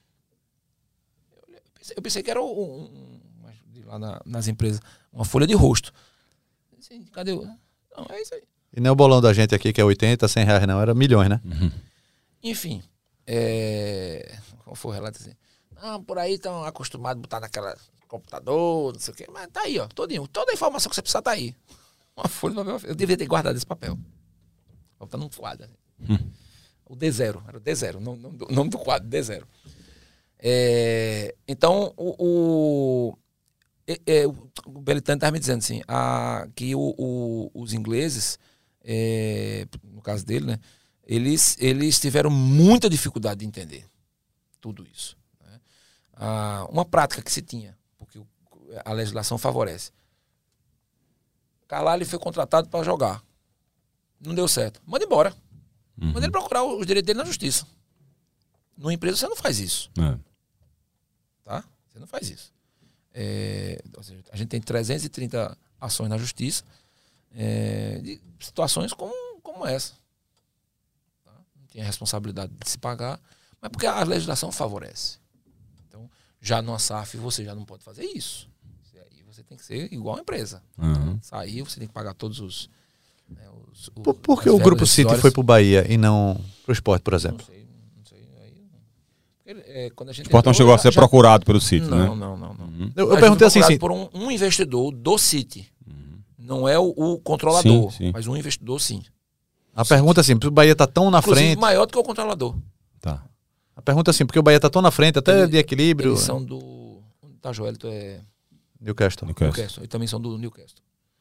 Eu pensei, eu pensei que era um, um, lá na, nas empresas, uma folha de rosto. Assim, cadê o... Não, é isso aí. E não é o bolão da gente aqui que é oitenta, cem reais não, era milhões, né? Uhum. Enfim. É... Qual foi o relato assim? Ah, por aí estão acostumados a botar naquela computador, não sei o quê. Mas tá aí, ó. Todinho, toda a informação que você precisa tá aí. Uma folha de papel. Eu devia ter guardado esse papel. Vou botar num quadro. Hum. O D zero. Era o D zero. O nome, nome do quadro, D zero. É, então, o, o, é, o Belitani estava me dizendo assim, a, que o, o, os ingleses, é, no caso dele, né, eles, eles tiveram muita dificuldade de entender tudo isso. Né? Ah, uma prática que se tinha, porque a legislação favorece. Carlyle foi contratado para jogar. Não deu certo. Manda embora. Uhum. Manda ele procurar os direitos dele na justiça. Numa empresa você não faz isso. É. Tá? Você não faz isso. É, ou seja, a gente tem trezentas e trinta ações na justiça é, de situações como, como essa. Tá? Não tinha responsabilidade de se pagar, mas porque a legislação favorece. Então, já no S A F você já não pode fazer isso. Aí você tem que ser igual a empresa. Uhum. Sair, você tem que pagar todos os... Né, os, os Por, por que o Grupo City foi pro Bahia e não pro Sport, por exemplo? Não sei, não sei. Aí, porque, é, quando a gente O Sport não chegou a ser já, procurado pelo City, não, né? Não, não, não. não. Uhum. Eu, eu perguntei assim, sim. Por um, um investidor do City. Uhum. Não é o, o controlador, sim, sim. mas um investidor, sim. A sim. pergunta assim, porque o Bahia tá tão na Inclusive, frente... maior do que o controlador. Tá. A pergunta assim, porque o Bahia tá tão na frente, até Ele, de equilíbrio... Eles são do... Tá, Joelito é... Newcastle. Newcastle. Newcastle. E também são do Newcastle.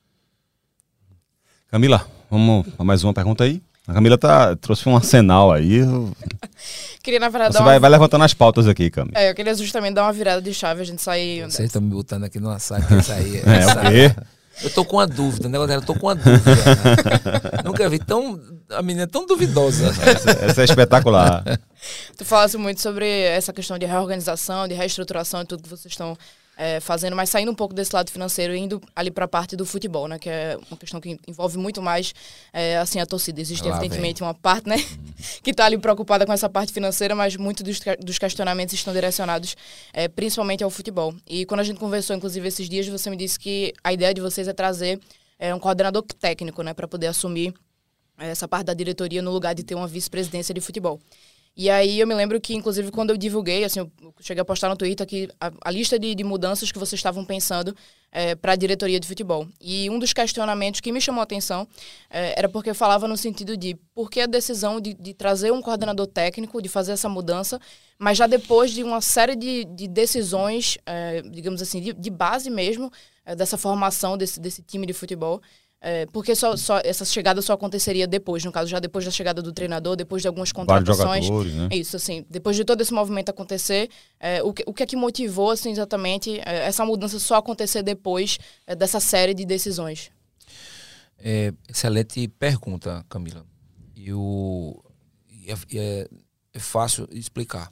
Camila, vamos a mais uma pergunta aí. A Camila tá, trouxe um arsenal aí. Queria, na verdade, Você dar vai, uma... vai levantando as pautas aqui, Camila. É, eu queria justamente dar uma virada de chave, a gente sair... Vocês estão me botando aqui numa saca, isso aí. É, o quê? Eu tô com uma dúvida, né, galera? Eu tô com uma dúvida. Nunca vi tão... A menina é tão duvidosa. Essa, essa é espetacular. Tu falasse muito sobre essa questão de reorganização, de reestruturação e tudo que vocês estão é, fazendo, mas saindo um pouco desse lado financeiro e indo ali para a parte do futebol, né? Que é uma questão que envolve muito mais é, assim, a torcida. Existe, Lá evidentemente, vem. uma parte, né? que está ali preocupada com essa parte financeira, mas muitos dos, dos questionamentos estão direcionados é, principalmente ao futebol. E quando a gente conversou, inclusive, esses dias, você me disse que a ideia de vocês é trazer é, um coordenador técnico, né? Para poder assumir essa parte da diretoria no lugar de ter uma vice-presidência de futebol. E aí eu me lembro que, inclusive, quando eu divulguei, assim, eu cheguei a postar no Twitter que a, a lista de, de mudanças que vocês estavam pensando é, para a diretoria de futebol. E um dos questionamentos que me chamou a atenção é, era porque eu falava no sentido de por que a decisão de, de trazer um coordenador técnico, de fazer essa mudança, mas já depois de uma série de, de decisões, é, digamos assim, de, de base mesmo, é, dessa formação desse, desse time de futebol. É, porque só, só, essa chegada só aconteceria depois, no caso, já depois da chegada do treinador, depois de algumas contratações. Né? Isso, assim, depois de todo esse movimento acontecer, é, o, que, o que é que motivou, assim, exatamente, é, essa mudança só acontecer depois é, dessa série de decisões? É, excelente pergunta, Camila. E o, é, é, é fácil explicar.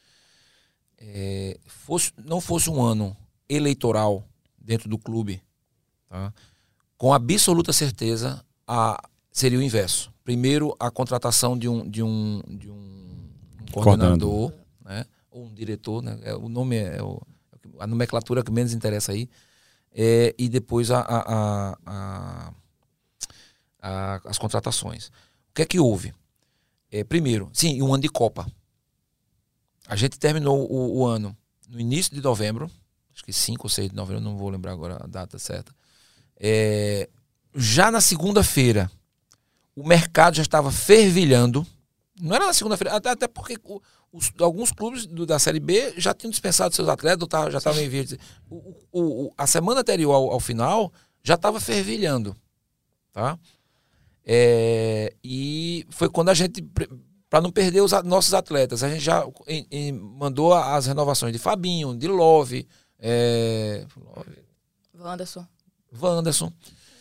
É, fosse, não fosse um ano eleitoral dentro do clube, tá? Com absoluta certeza, a, seria o inverso. Primeiro, a contratação de um, de um, de um coordenador, né? Ou um diretor, né? É, o nome é o, a nomenclatura que menos interessa aí. É, e depois a, a, a, a, a, as contratações. O que é que houve? É, primeiro, sim, um ano de Copa. A gente terminou o, o ano no início de novembro, acho que cinco ou seis de novembro, não vou lembrar agora a data certa. É, já na segunda-feira, o mercado já estava fervilhando. Não era na segunda-feira, até, até porque o, os, alguns clubes do, da Série B já tinham dispensado seus atletas, já estavam em vez. O, o, a semana anterior ao, ao final já estava fervilhando. Tá? É, e foi quando a gente, para não perder os nossos atletas, a gente já em, em, mandou as renovações de Fabinho, de Love, é, Wanderson. Wanderson,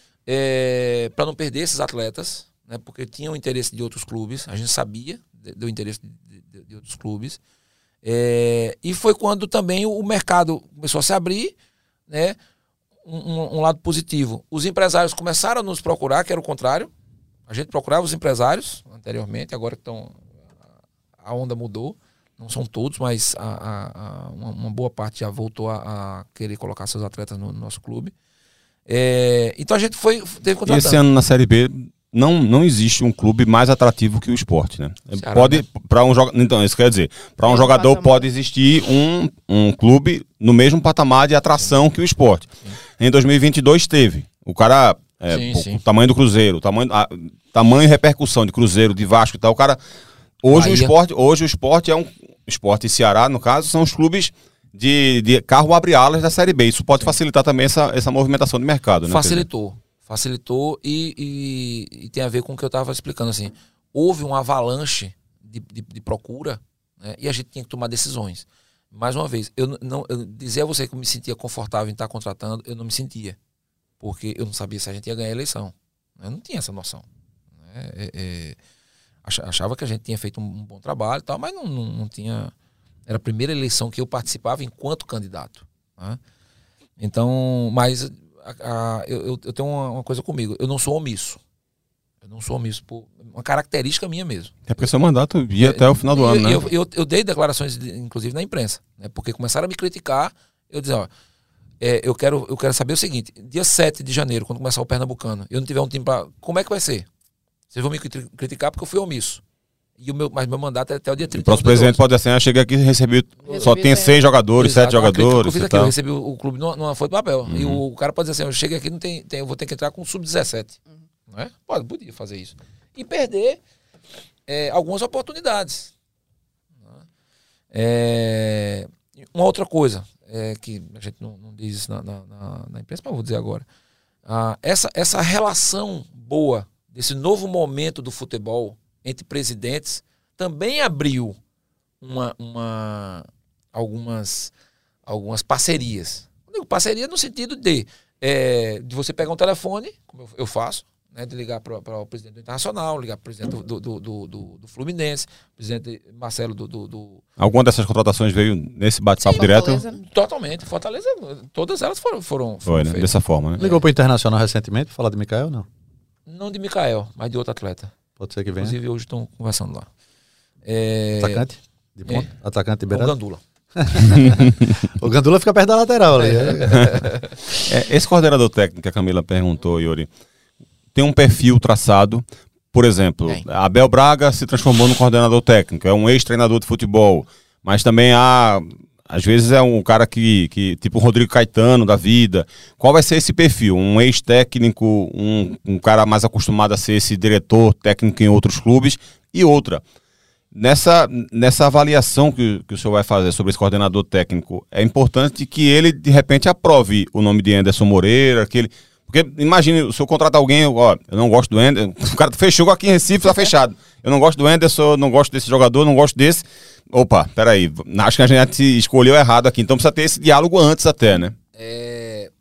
é, para não perder esses atletas, né, porque tinham interesse de outros clubes, a gente sabia de, do interesse de, de, de outros clubes, é, e foi quando também o mercado começou a se abrir, né, um, um lado positivo. Os empresários começaram a nos procurar, que era o contrário, a gente procurava os empresários anteriormente, agora que estão, a onda mudou, não são todos, mas a, a, a, uma, uma boa parte já voltou a, a querer colocar seus atletas no, no nosso clube. É, então a gente foi teve contratando. E esse ano na Série B não, não existe um clube mais atrativo que o Sport, né? Ceará, pode né? para um jogador, então isso quer dizer, para um Mesmo jogador patamar. pode existir um, um clube no mesmo patamar de atração que o Sport. Em dois mil e vinte e dois teve. O cara é, Sim, pô, sim. o tamanho do Cruzeiro, o tamanho a, tamanho e repercussão de Cruzeiro, de Vasco e tal, o cara hoje Bahia. o Sport, hoje o Sport é um Sport e Ceará, no caso, são os clubes de, de carro abre-alas da Série B. Isso pode facilitar também essa, essa movimentação de mercado, né? Facilitou. Facilitou e, e, e tem a ver com o que eu estava explicando. Assim, houve um avalanche de, de, de procura, né, e a gente tinha que tomar decisões. Mais uma vez, eu não eu dizer a você que eu me sentia confortável em estar contratando, eu não me sentia. Porque eu não sabia se a gente ia ganhar a eleição. Eu não tinha essa noção. Né? É, é, achava que a gente tinha feito um, um bom trabalho e tal, mas não, não, não tinha... Era a primeira eleição que eu participava enquanto candidato. Né? Então, mas a, a, eu, eu tenho uma, uma coisa comigo, eu não sou omisso. Eu não sou omisso, por uma característica minha mesmo. É porque seu mandato ia até o final do eu, ano, né? Eu, eu, eu dei declarações, inclusive, na imprensa, né? Porque começaram a me criticar, eu dizia, ó, é, eu, quero, eu quero saber o seguinte, dia sete de janeiro, quando começar o Pernambucano, eu não tiver um time pra... Como é que vai ser? Vocês vão me criticar porque eu fui omisso. E o meu, mas meu mandato é até o dia trinta. O próximo presidente pode assim, ah, cheguei aqui e recebi, só tem seis jogadores, Exato. sete jogadores. Eu fiz e aqui, eu tal. recebi o, o clube numa, numa folha de papel. Uhum. E o, o cara pode dizer assim, eu cheguei aqui, não tem, tem, eu vou ter que entrar com o sub dezessete. Uhum. Não é? Pode, podia fazer isso. E perder é, algumas oportunidades. É, uma outra coisa, é, que a gente não, não diz isso na, na, na, na imprensa, mas vou dizer agora. Ah, essa, essa relação boa desse novo momento do futebol entre presidentes também abriu uma, uma, algumas, algumas parcerias. Eu digo parceria no sentido de, é, de você pegar um telefone, como eu, eu faço, né, de ligar para o presidente do Internacional, ligar para o presidente do, do, do, do, do Fluminense, presidente Marcelo do... do, do... Alguma dessas contratações veio nesse bate-papo Sim, direto? Fortaleza. Totalmente. Fortaleza, todas elas foram, foram, foram Foi, né? feitas. Dessa forma, né? Ligou pro Internacional recentemente pra falar de Mikael, não? Não de Mikael, mas de outro atleta. Pode ser que venha. Inclusive, hoje estão conversando lá. É... Atacante? De ponta? É. Atacante O liberado? Gandula. O Gandula fica perto da lateral ali. É, esse coordenador técnico que a Camila perguntou, Yuri, tem um perfil traçado. Por exemplo, Tem. Abel Braga se transformou no coordenador técnico, é um ex-treinador de futebol, mas também há, às vezes é um cara que, que tipo o Rodrigo Caetano da vida. Qual vai ser esse perfil? Um ex-técnico, um, um cara mais acostumado a ser esse diretor técnico em outros clubes e outra. Nessa, nessa avaliação que, que o senhor vai fazer sobre esse coordenador técnico, é importante que ele, de repente, aprove o nome de Anderson Moreira, que ele... Porque, imagine, o senhor contrata alguém, ó, eu não gosto do Anderson, o cara fechou aqui em Recife, tá fechado. Eu não gosto do Anderson, eu não gosto desse jogador, não gosto desse. Opa, peraí, acho que a gente escolheu errado aqui, então precisa ter esse diálogo antes até, né? É...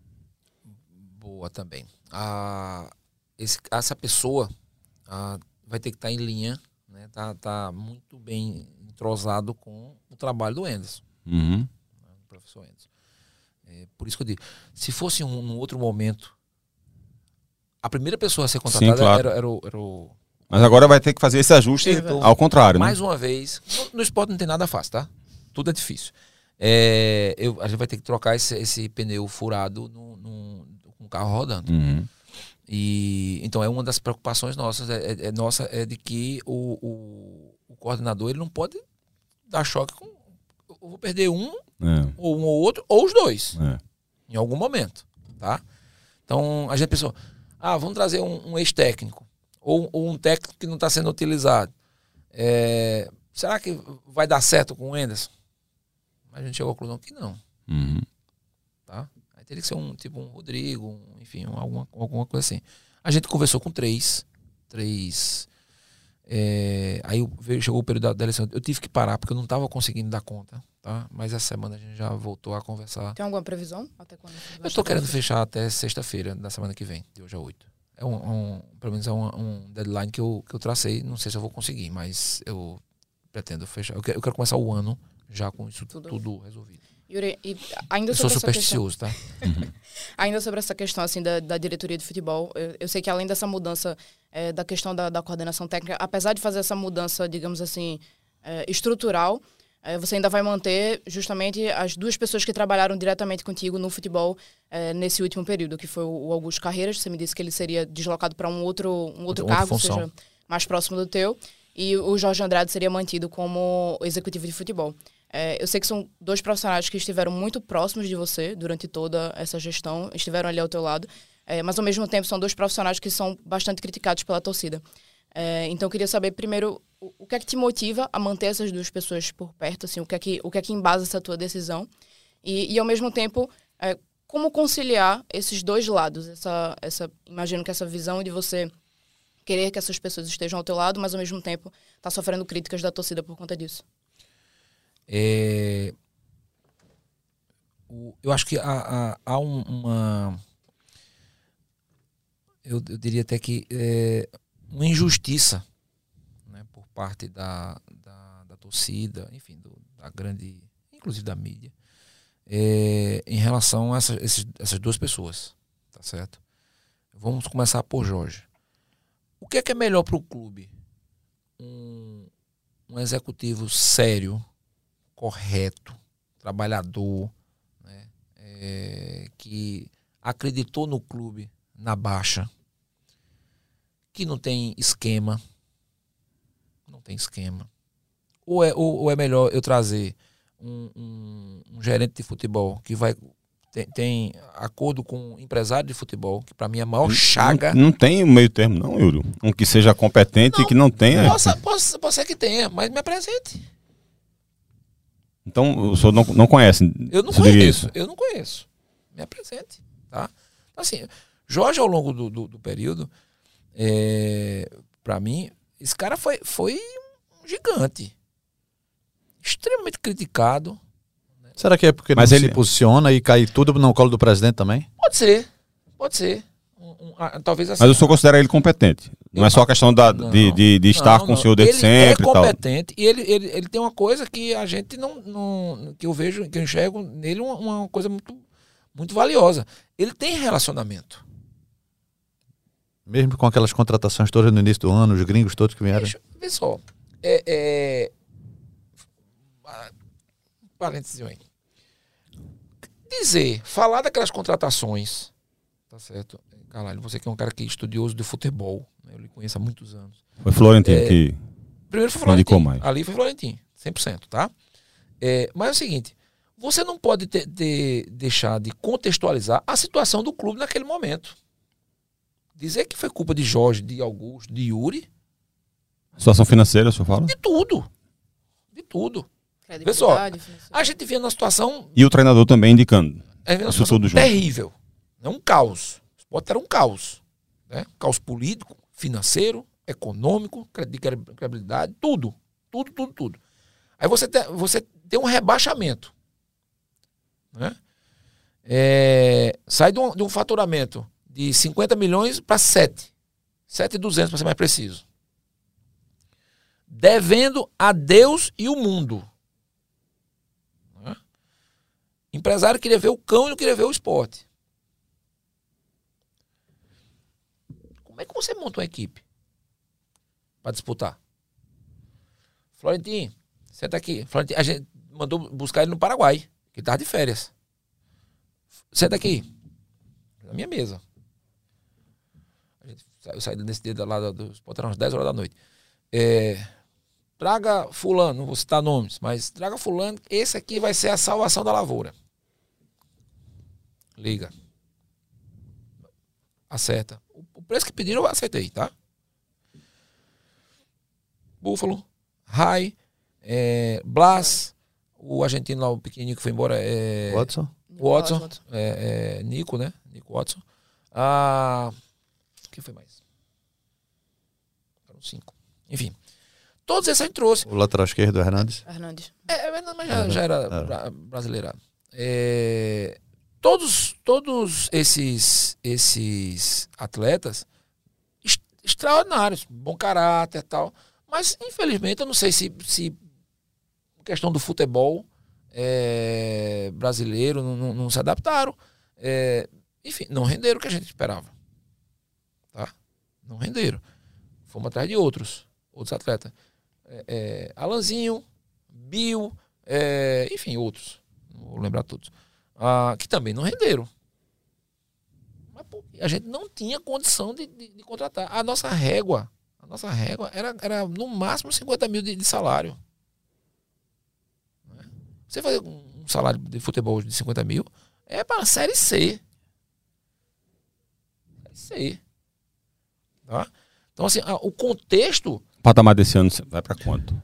Boa também. Ah, esse, essa pessoa ah, vai ter que estar em linha, né? Tá, tá muito bem entrosado com o trabalho do Anderson, Uhum. né? O professor Anderson. É, por isso que eu digo, se fosse um, um outro momento, a primeira pessoa a ser contratada Sim, claro. era, era, o, era o... Mas agora vai ter que fazer esse ajuste Então, ao contrário, mais né? uma vez, no, no esporte não tem nada fácil, tá? Tudo é difícil. É, eu, a gente vai ter que trocar esse, esse pneu furado no, no, com o carro rodando. Uhum. E, então é uma das preocupações nossas, é, é, é nossa, é de que o, o, o coordenador ele não pode dar choque com... Eu vou perder um, É, ou um ou outro, ou os dois, é. em algum momento, tá? Então a gente pensou, ah, vamos trazer um, um ex-técnico, ou, ou um técnico que não está sendo utilizado. É, será que vai dar certo com o Anderson? Mas a gente chegou à conclusão que não, Uhum. tá? Aí teria que ser um tipo um Rodrigo, um, enfim, um, alguma, alguma coisa assim. A gente conversou com três, três. É, aí veio, chegou o período da, da eleição. Eu tive que parar porque eu não estava conseguindo dar conta, tá? Mas essa semana a gente já voltou a conversar. Tem alguma previsão? Até quando? Eu estou querendo fechar até sexta-feira da semana que vem, de hoje a oito. É um, um, pelo menos é um, um deadline que eu, que eu tracei. Não sei se eu vou conseguir, mas eu pretendo fechar. Eu quero, eu quero começar o ano já com isso tudo, tudo resolvido. Yuri, e ainda Eu sou sobre essa questão, supersticioso, tá? ainda sobre essa questão assim da, da diretoria de futebol, eu, eu sei que além dessa mudança é, da questão da, da coordenação técnica, apesar de fazer essa mudança, digamos assim, é, estrutural, é, você ainda vai manter justamente as duas pessoas que trabalharam diretamente contigo no futebol é, nesse último período, que foi o, o Augusto Carreiras. Você me disse que ele seria deslocado para um outro, um outro Outra cargo, função. seja mais próximo do teu, e o Jorge Andrade seria mantido como executivo de futebol. É, eu sei que são dois profissionais que estiveram muito próximos de você durante toda essa gestão, estiveram ali ao teu lado, é, mas ao mesmo tempo são dois profissionais que são bastante criticados pela torcida. É, então eu queria saber primeiro o, o que é que te motiva a manter essas duas pessoas por perto, assim, o que é que, o que, é que embasa essa tua decisão e, e ao mesmo tempo é, como conciliar esses dois lados, essa, essa, imagino que essa visão de você querer que essas pessoas estejam ao teu lado, mas ao mesmo tempo tá sofrendo críticas da torcida por conta disso. É, o, eu acho que há, há, há um, uma... Eu, eu diria até que é, uma injustiça, né, por parte da, da, da torcida, enfim, do, da grande... inclusive da mídia, é, em relação a essa, esses, essas duas pessoas, tá certo? Vamos começar por Jorge. O que é que é melhor para o clube? Um, um executivo sério, correto, trabalhador, né? É, que acreditou no clube na baixa, que não tem esquema, não tem esquema. Ou é, ou, ou é melhor eu trazer um, um, um gerente de futebol que vai tem, tem acordo com um empresário de futebol, que para mim é a maior chaga. Não, não tem meio termo não, Yuri. Um que seja competente não, e que não tenha... Possa, possa, pode ser que tenha, mas me apresente. Então o senhor não, não conhece? Eu não conheço, eu não conheço. Me apresente, tá? Assim, Jorge, ao longo do, do, do período, é, para mim, esse cara foi, foi um gigante. Extremamente criticado. Né? Será que é porque Mas ele ele se posiciona e cai tudo no colo do presidente também? Pode ser, pode ser. Um, um, ah, talvez assim. Mas o senhor considera ele competente? Não eu, é só a questão da, não, de, de, de estar não, com não. o senhor desde ele sempre. Ele é competente e, e ele, ele, ele tem uma coisa que a gente não, não. que eu vejo, que eu enxergo nele uma, uma coisa muito, muito valiosa. Ele tem relacionamento. Mesmo com aquelas contratações todas no início do ano, os gringos todos que vieram. Deixa, vê só. É, é... Parênteses aí. Dizer, falar daquelas contratações, tá certo? Caralho, você que é um cara que é estudioso de futebol, né? Eu lhe conheço há muitos anos. Foi Florentino é, que... Primeiro foi Florentino. Mais. Ali foi Florentino, cem por cento, tá? É, mas é o seguinte, você não pode ter, ter, deixar de contextualizar a situação do clube naquele momento. Dizer que foi culpa de Jorge, de Augusto, de Yuri. Situação financeira, o senhor fala? De tudo. De tudo. Pessoal, a gente via na situação... E o treinador também indicando. É uma situação terrível. É um caos. O Sport era um caos. Né? Caos político, financeiro, econômico, de credibilidade, tudo. Tudo, tudo, tudo. Aí você tem, você tem um rebaixamento. Né? É, sai de um, de um faturamento de cinquenta milhões para sete. sete mil e duzentos para ser mais preciso. Devendo a Deus e o mundo. Né? Empresário queria ver o cão e não queria ver o esporte. Como é que você monta uma equipe para disputar? Florentino, senta aqui. Florentino, a gente mandou buscar ele no Paraguai, que ele estava de férias. Senta aqui. Na minha mesa. Eu saí nesse dia lá do Sport, eram umas dez horas da noite. É, traga fulano, não vou citar nomes, mas traga fulano, esse aqui vai ser a salvação da lavoura. Liga. Acerta. O preço que pediram eu aceitei, tá? Búfalo, Rai, é, Blas, o argentino lá, o pequenininho que foi embora, é, Watson. Watson, Watson. É, é, Nico, né? Nico Watson. Ah, o que foi mais? Foram cinco. Enfim. Todos esses a gente trouxe. O lateral esquerdo, Hernandes. Hernandes. É, mas já, já era, era. brasileirado. É, todos todos esses, esses atletas extraordinários, bom caráter e tal. Mas, infelizmente, eu não sei se, se questão do futebol é, brasileiro não, não, não se adaptaram. É, enfim, não renderam o que a gente esperava. Tá? Não renderam. Fomos atrás de outros, outros atletas. É, é, Alanzinho, Bill, é, enfim, outros. Não vou lembrar todos. Ah, que também não renderam. Mas pô, a gente não tinha condição de, de, de contratar. A nossa régua, a nossa régua era, era no máximo cinquenta mil de, de salário. Você fazer um salário de futebol de cinquenta mil é para a Série C. Série C. Tá? Então, assim, a, o contexto... O patamar desse ano vai para quanto?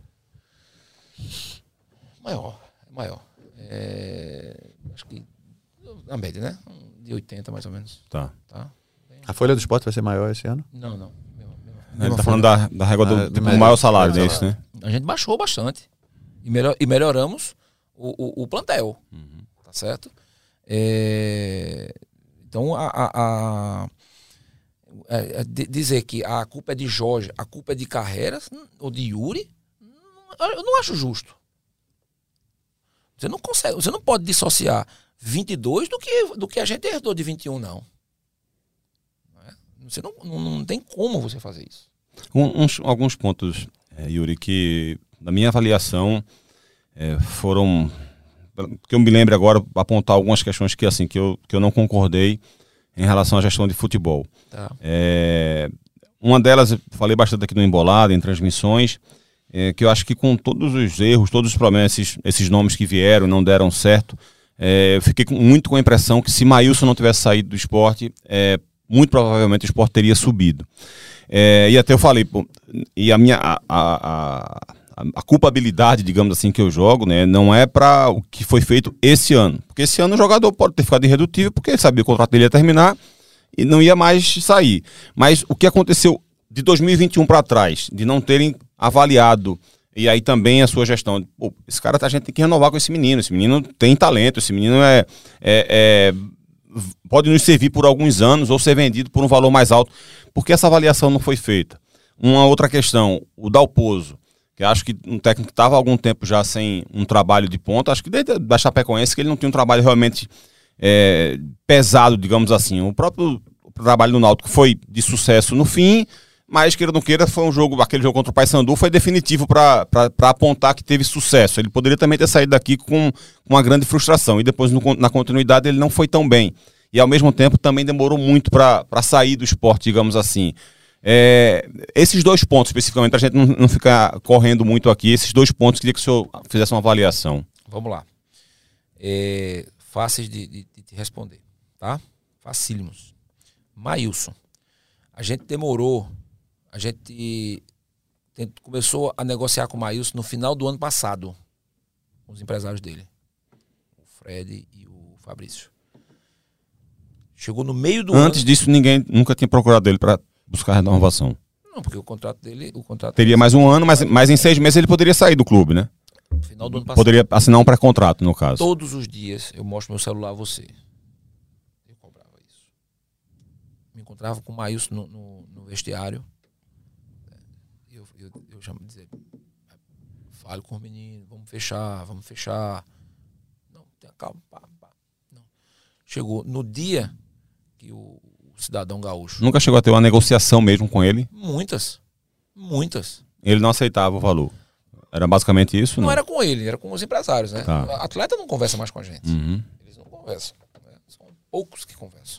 Maior. Maior. É, acho que na média, né? De oitenta, mais ou menos. Tá. Tá? A folha do Sport vai ser maior esse ano? Não, não. Ele tá falando da, da régua do, ah, do, do maior salário, é isso, né? A gente baixou bastante. E, melhor, e melhoramos o, o, o plantel. Uhum. Tá certo? É, então, a, a, a, a, dizer que a culpa é de Jorge, a culpa é de Carreiras ou de Yuri, eu não acho justo. Você não consegue, você não pode dissociar vinte e dois do que, do que a gente herdou de vinte e um, não. Você não, não, não tem como você fazer isso. Um, uns, alguns pontos, é, Yuri, que na minha avaliação é, foram, que eu me lembro agora, apontar algumas questões que, assim, que, eu, que eu não concordei em relação à gestão de futebol. Tá. É, uma delas, falei bastante aqui no Embolado, em transmissões, é, que eu acho que com todos os erros, todos os problemas, esses, esses nomes que vieram, não deram certo, é, eu fiquei com, muito com a impressão que se Maílson não tivesse saído do esporte, é, muito provavelmente o esporte teria subido. É, e até eu falei, pô, e a minha a, a, a, a culpabilidade, digamos assim, que eu jogo, né, não é para o que foi feito esse ano. Porque esse ano o jogador pode ter ficado irredutível, porque ele sabia que o contrato dele ia terminar e não ia mais sair. Mas o que aconteceu de dois mil e vinte e um para trás, de não terem avaliado, e aí também a sua gestão, pô, esse cara, a gente tem que renovar com esse menino, esse menino tem talento, esse menino é, é, é pode nos servir por alguns anos ou ser vendido por um valor mais alto, porque essa avaliação não foi feita. Uma outra questão, o Dalpozo, que acho que um técnico que estava há algum tempo já sem um trabalho de ponta, acho que desde da Chapecoense que ele não tinha um trabalho realmente é, pesado, digamos assim. O próprio trabalho do Náutico foi de sucesso no fim, mas queira ou não queira, foi um jogo, aquele jogo contra o Paysandu foi definitivo para apontar que teve sucesso. Ele poderia também ter saído daqui com uma grande frustração, e depois no, na continuidade ele não foi tão bem. E ao mesmo tempo também demorou muito para sair do esporte, digamos assim. É, esses dois pontos especificamente, para a gente não, não ficar correndo muito aqui, esses dois pontos, queria que o senhor fizesse uma avaliação. Vamos lá. É, fáceis de, de, de te responder, tá? Facílimos. Maílson. A gente demorou, a gente começou a negociar com o Maílson no final do ano passado, com os empresários dele, o Fred e o Fabrício. Chegou no meio do ano... Antes disso, ninguém nunca tinha procurado ele para buscar renovação. Não, porque o contrato dele... O contrato Teria dele, mais um ano, mas, mas em seis meses ele poderia sair do clube, né? No final do ano passado. Poderia assinar um pré-contrato, no caso. Todos os dias eu mostro meu celular a você. Eu cobrava isso. Me encontrava com o Maílson no, no, no vestiário. Eu, eu, eu já me dizia, fale com os meninos, vamos fechar, vamos fechar. Não, tenha calma. Pá, pá. Não. Chegou no dia que o, o cidadão gaúcho... Nunca chegou a ter uma negociação mesmo com ele? Muitas. Muitas. Ele não aceitava o valor. Era basicamente isso? Não, não era com ele, era com os empresários, né? Tá. Atleta não conversa mais com a gente. Uhum. Eles não conversam. Né? São poucos que conversam.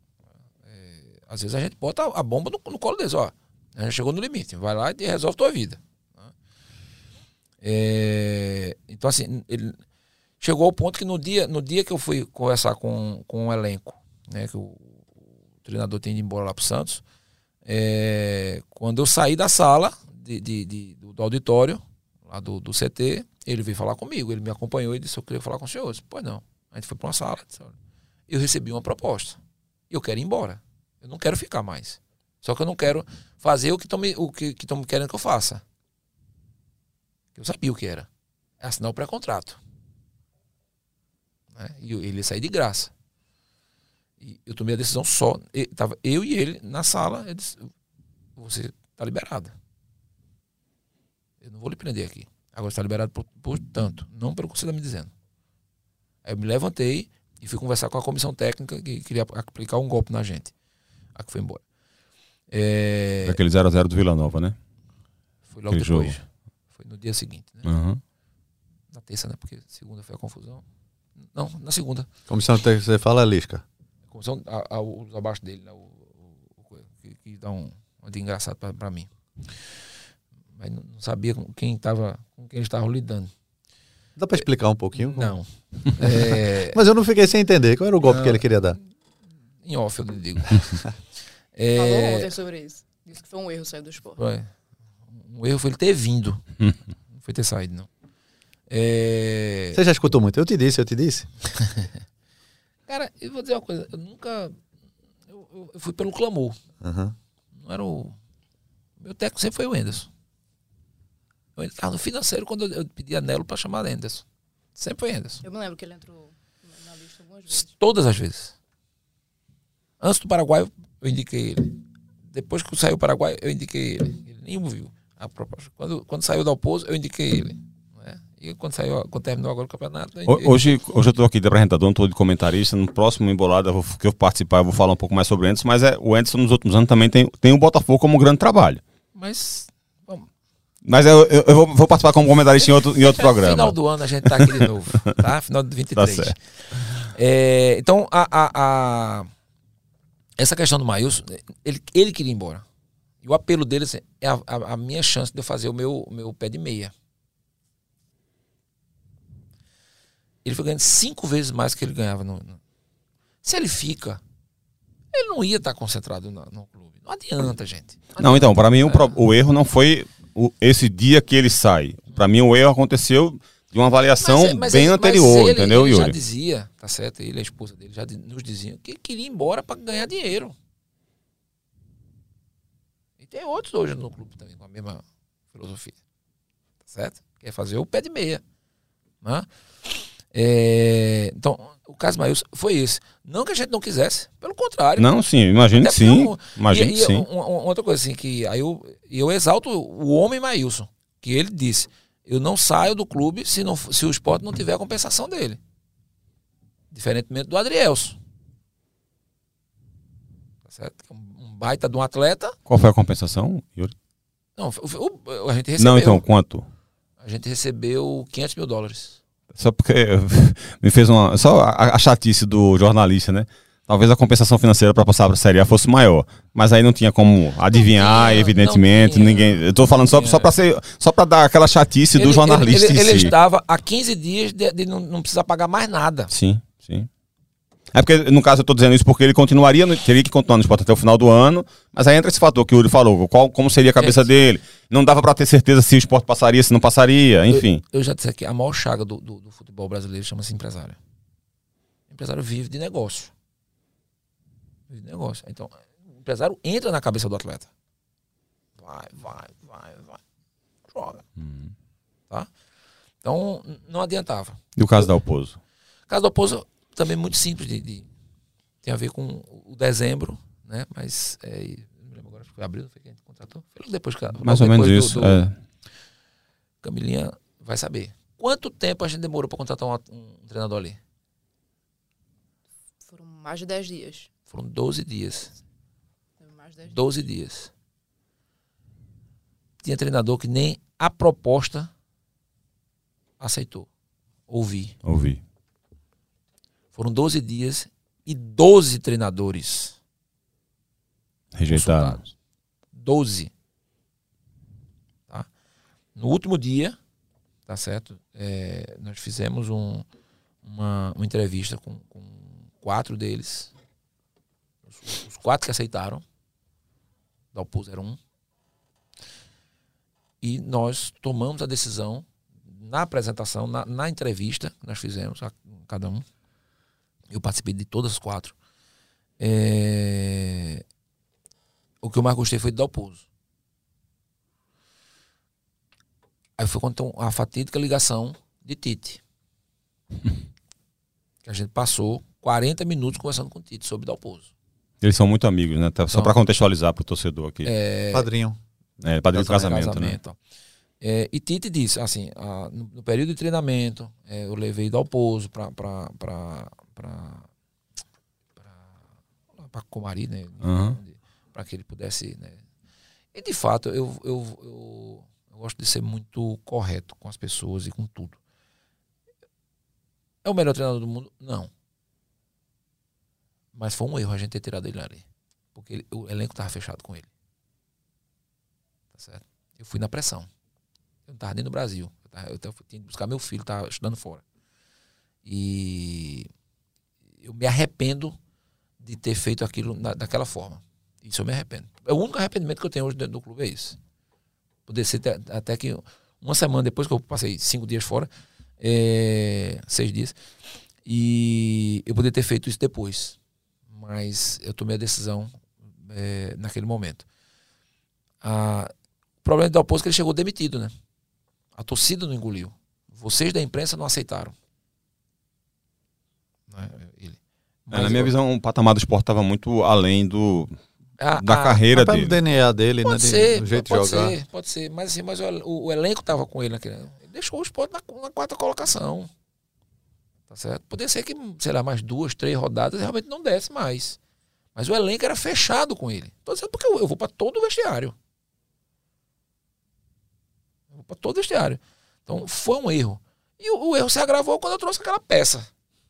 É, às vezes a gente bota a bomba no, no colo deles, ó. A gente chegou no limite, vai lá e resolve a tua vida. É, então, assim, ele chegou ao ponto que no dia, no dia que eu fui conversar com, com o elenco, né, que o, o treinador tinha ido embora lá pro Santos, é, quando eu saí da sala de, de, de, do, do auditório, lá do, do C T, ele veio falar comigo, ele me acompanhou e disse, eu queria falar com o senhor. Eu disse, pois não. A gente foi para uma sala, disse, eu recebi uma proposta, e eu quero ir embora, eu não quero ficar mais. Só que eu não quero fazer o que estão o que, que querendo que eu faça. Eu sabia o que era. É assinar o pré-contrato. Né? E ele ia sair de graça. E eu tomei a decisão só. Estava eu e ele na sala. Eu disse, você está liberado. Eu não vou lhe prender aqui. Agora está liberado por, por tanto. Não pelo que você está me dizendo. Aí eu me levantei e fui conversar com a comissão técnica que queria aplicar um golpe na gente. A que foi embora. É... Aquele zero a zero do Vila Nova, né? Foi logo Aquele depois. jogo. Foi no dia seguinte, né? Uhum. Na terça, né? Porque segunda foi a confusão. Não, na segunda. Comissão técnica que você fala é Lisca. A comissão, a, a, os abaixo dele, né? O, o, o, que, que dá um, um dia engraçado pra, pra mim. Mas não, não sabia com quem tava, com quem eles estavam lidando. Dá pra explicar um pouquinho? Não. É... Mas eu não fiquei sem entender. Qual era o golpe não, que ele queria dar? Em off, eu lhe digo. É... Falou ontem sobre isso. Disse que foi um erro sair do esporte. Foi. Um erro foi ele ter vindo. Não foi ter saído, não. É... Você já escutou muito? Eu te disse, eu te disse. Cara, eu vou dizer uma coisa. Eu nunca... Eu, eu, eu fui pelo clamor. Uhum. Não era o... Meu técnico sempre foi o Enderson. Eu estava no financeiro quando eu, eu pedi anelo para chamar Enderson. Sempre foi Enderson. Eu me lembro que ele entrou na lista algumas vezes. Todas as vezes. Antes do Paraguai, eu indiquei ele. Depois que saiu o Paraguai, eu indiquei ele. Ele nem ouviu a proposta. Quando, quando saiu do Dalpozo, eu indiquei ele. Né? E quando saiu, quando terminou agora o campeonato... Hoje, hoje eu estou aqui de apresentador, não estou de comentarista. No próximo Embolada que eu participar, eu vou falar um pouco mais sobre o Anderson, mas é, o Anderson nos últimos anos também tem, tem o Botafogo como um grande trabalho. Mas... Vamos. Mas eu, eu, eu vou, vou participar como comentarista em outro, em outro programa. No final do ano a gente tá aqui de novo, tá? Final de vinte e três. Tá certo. É, então, a, a, a, essa questão do Maílson, ele, ele queria ir embora. E o apelo dele assim, é a, a, a minha chance de eu fazer o meu, meu pé de meia. Ele foi ganhando cinco vezes mais que ele ganhava. No, no... Se ele fica, ele não ia estar concentrado no, no clube. Não adianta, gente. Não, adianta. Não então, para mim é. o, o erro não foi o, esse dia que ele sai. Para mim o erro aconteceu de uma avaliação mas, mas bem ele, anterior, ele, entendeu, ele Yuri? Ele já dizia, tá certo? Ele e a esposa dele já nos diziam que ele queria ir embora para ganhar dinheiro. E tem outros hoje no clube também com a mesma filosofia. Tá certo? Quer fazer o pé de meia. Né? É, então, o caso Maílson foi esse. Não que a gente não quisesse, pelo contrário. Não, sim, imagino que sim. Um, imagino e, que sim. Um, um, outra coisa assim, que aí eu, eu exalto o homem Maílson, que ele disse, eu não saio do clube se, não, se o Sport não tiver a compensação dele. Diferentemente do Adrielson. Tá certo? Um baita de um atleta. Qual foi a compensação, Yuri? Não, o, o, a gente recebeu... Não, então, quanto? A gente recebeu quinhentos mil dólares. Só porque me fez uma... Só a, a chatice do jornalista, né? Talvez a compensação financeira para passar para a Série A fosse maior. Mas aí não tinha como adivinhar, tinha, evidentemente. Tinha, ninguém. Eu estou falando só, só para ser, só para dar aquela chatice ele, do jornalista. Ele, ele, em ele si. estava há quinze dias de, de não, não precisar pagar mais nada. Sim, sim. É porque, no caso, eu estou dizendo isso porque ele continuaria, no, teria que continuar no Sport até o final do ano. Mas aí entra esse fator que o Yuri falou: qual, como seria a cabeça Gente, dele? Não dava para ter certeza se o Sport passaria, se não passaria, enfim. Eu, eu já disse aqui: a maior chaga do, do, do futebol brasileiro chama-se empresário. O empresário vive de negócio. Vive de negócio. Então, o empresário entra na cabeça do atleta. Vai, vai, vai, vai. Joga. Hum. Tá? Então, não adiantava. E o caso eu, da Dalpozo? O caso da Dalpozo também muito simples de, de tem a ver com o dezembro, né? Mas é, não me lembro agora, acho que foi abril, foi quem a gente contratou. Foi depois que mais ou menos isso. Do, é. Camilinha vai saber. Quanto tempo a gente demorou para contratar um, um treinador ali? Foram mais de dez dias. Foram doze dias. Mais de dez dias. doze dias. Tinha treinador que nem a proposta aceitou. Ouvi. Ouvi. Foram doze dias e doze treinadores rejeitaram. doze. Tá? No último dia, tá certo? É, nós fizemos um, uma, uma entrevista com, com quatro deles. Os, os quatro que aceitaram. Dalpozo era um. E nós tomamos a decisão na apresentação, na, na entrevista que nós fizemos, a, cada um. Eu participei de todas as quatro. É... O que eu mais gostei foi de Dalpozo. Aí foi quando a fatídica ligação de Tite. Que a gente passou quarenta minutos conversando com o Tite sobre Dalpozo. Eles são muito amigos, né? Só para contextualizar para o torcedor aqui. É... Padrinho. É, padrinho do casamento, casamento né? É, e Tite disse, assim, a, no, no período de treinamento, é, eu levei Dalpozo para para para Comari, né? Uhum. Para que ele pudesse, né? E de fato, eu, eu, eu, eu gosto de ser muito correto com as pessoas e com tudo. É o melhor treinador do mundo? Não. Mas foi um erro a gente ter tirado ele ali. Porque ele, o elenco estava fechado com ele. Tá certo? Eu fui na pressão. Eu não estava nem no Brasil. Eu, tava, eu tava, tinha que buscar meu filho, estava estudando fora. E eu me arrependo de ter feito aquilo na, daquela forma. Isso eu me arrependo. O único arrependimento que eu tenho hoje dentro do clube é isso. Poder ser até, até que uma semana depois que eu passei cinco dias fora, é, seis dias, e eu poderia ter feito isso depois. Mas eu tomei a decisão é, naquele momento. A, o problema do Dalpozo é que ele chegou demitido, né? A torcida não engoliu. Vocês da imprensa não aceitaram. Não é, ele. É, na minha eu, visão, o patamar do Sport estava muito além do, a, da a, carreira a, dele. Do D N A dele, pode né? Ser, do jeito pode de jogar. Ser, pode ser. Mas, assim, mas o, o, o elenco estava com ele naquele. deixou o Sport na, na quarta colocação. Tá certo? Poderia ser que, sei lá, mais duas, três rodadas realmente não desse mais. Mas o elenco era fechado com ele. Tô dizendo porque eu, eu vou para todo o vestiário. Eu vou para todo o vestiário. Então foi um erro. E o, o erro se agravou quando eu trouxe aquela peça.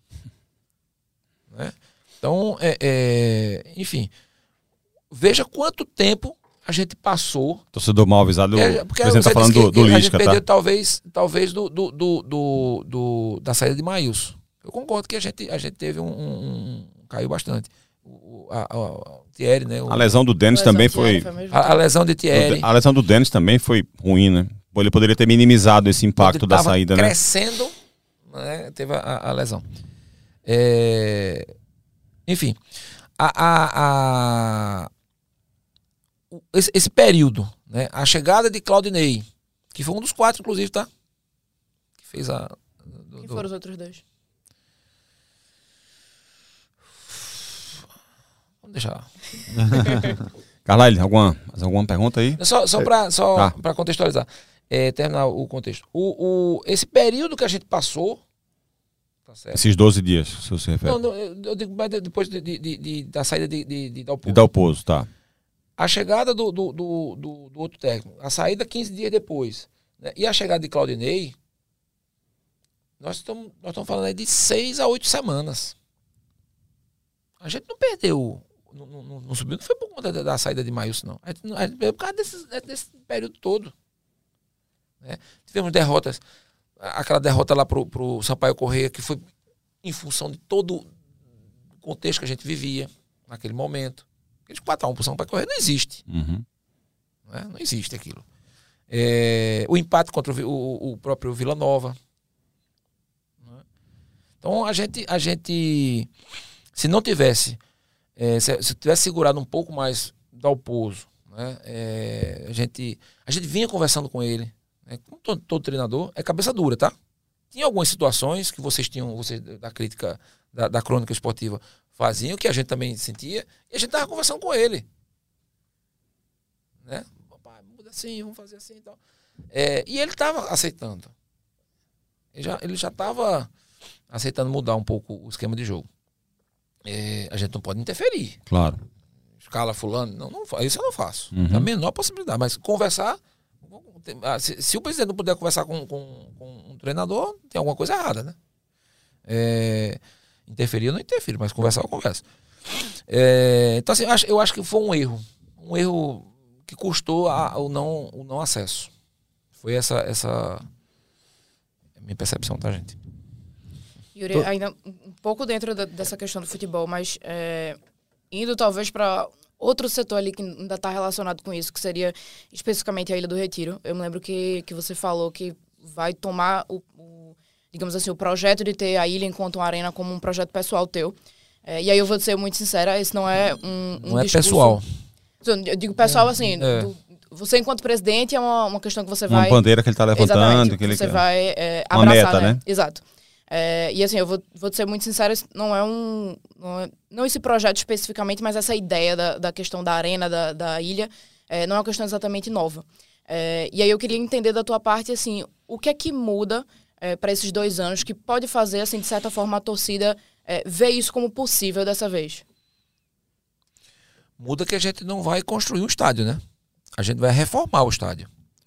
Né? Então, é, é, enfim, veja quanto tempo a gente passou. Torcedor mal avisado, é, o presidente está falando do, do Lisca, a gente perdeu, tá? talvez, talvez do, do, do, do, do, da saída de Maílson. Eu concordo que a gente, a gente teve um, um, um caiu bastante. O, a, a, o Thierry, né? O, a lesão do Denis também foi. foi a, a lesão de Thierry. A lesão do Denis também foi ruim, né? Ele poderia ter minimizado esse impacto da saída, né? Crescendo, né? Teve a, a lesão. É, enfim, a, a, a, esse, esse período, né? A chegada de Claudinei, que foi um dos quatro, inclusive, tá? Que fez a. Do, Quem foram os outros dois? Vamos deixar. Carlyle, alguma, alguma pergunta aí? Só, só para só ah. para contextualizar, é, terminar o contexto. O, o, esse período que a gente passou. Tá certo? Esses doze dias, se você refere. Não, não, eu digo mais depois de, de, de, de, da saída de, de, de Dalpozo. De Dalpozo, tá. A chegada do, do, do, do, do outro técnico, a saída quinze dias depois, né? E a chegada de Claudinei, nós estamos nós estamos falando aí de seis a oito semanas. A gente não perdeu. Não, não, não subiu, não foi por conta da, da saída de Maílson, não. A gente, a gente perdeu por causa desse, desse período todo. Né? Tivemos derrotas, aquela derrota lá pro, pro Sampaio Corrêa, que foi em função de todo o contexto que a gente vivia naquele momento. Aqueles quatro a um pro Sampaio Corrêa não existe. Uhum. Né? Não existe aquilo. É, o empate contra o, o, o próprio Vila Nova. Né? Então a gente, a gente, se não tivesse É, se, se tivesse segurado um pouco mais Dalpozo, né, é, a, gente, a gente vinha conversando com ele, né, como todo, todo treinador, é cabeça dura, tá? Tinha algumas situações que vocês tinham, vocês da crítica, da, da crônica esportiva, faziam, que a gente também sentia, e a gente estava conversando com ele. Né? Muda assim, vamos fazer assim e tal. É, e ele estava aceitando. Ele já ele já estava aceitando mudar um pouco o esquema de jogo. É, a gente não pode interferir. Claro. Escala fulano, não, não, isso eu não faço. Uhum. É a menor possibilidade. Mas conversar, se, se o presidente não puder conversar com, com, com um treinador, tem alguma coisa errada, né? É, interferir eu não interfiro, mas conversar eu converso. É, então assim, eu acho, eu acho que foi um erro. Um erro que custou a, o, não, o não acesso. Foi essa, essa minha percepção, tá, gente? Yuri, ainda um pouco dentro da, dessa questão do futebol, mas é, indo talvez para outro setor ali que ainda está relacionado com isso, que seria especificamente a Ilha do Retiro. Eu me lembro que, que você falou que vai tomar o, o, digamos assim, o projeto de ter a ilha enquanto uma arena como um projeto pessoal teu. É, e aí eu vou ser muito sincera, esse não é um, um Não é discurso... pessoal. Eu digo pessoal assim, é. do, você enquanto presidente é uma, uma questão que você uma vai... Uma bandeira que ele está levantando. Exatamente, que ele você quer. vai é, uma abraçar, meta, né? né? Exato. É, e assim, eu vou, vou ser muito sincero, não é um... Não, é, não esse projeto especificamente, mas essa ideia da, da questão da arena, da, da ilha, é, não é uma questão exatamente nova. É, e aí eu queria entender da tua parte, assim, o que é que muda é, para esses dois anos que pode fazer, assim, de certa forma, a torcida é, ver isso como possível dessa vez? Muda que a gente não vai construir um estádio, né? A gente vai reformar o estádio.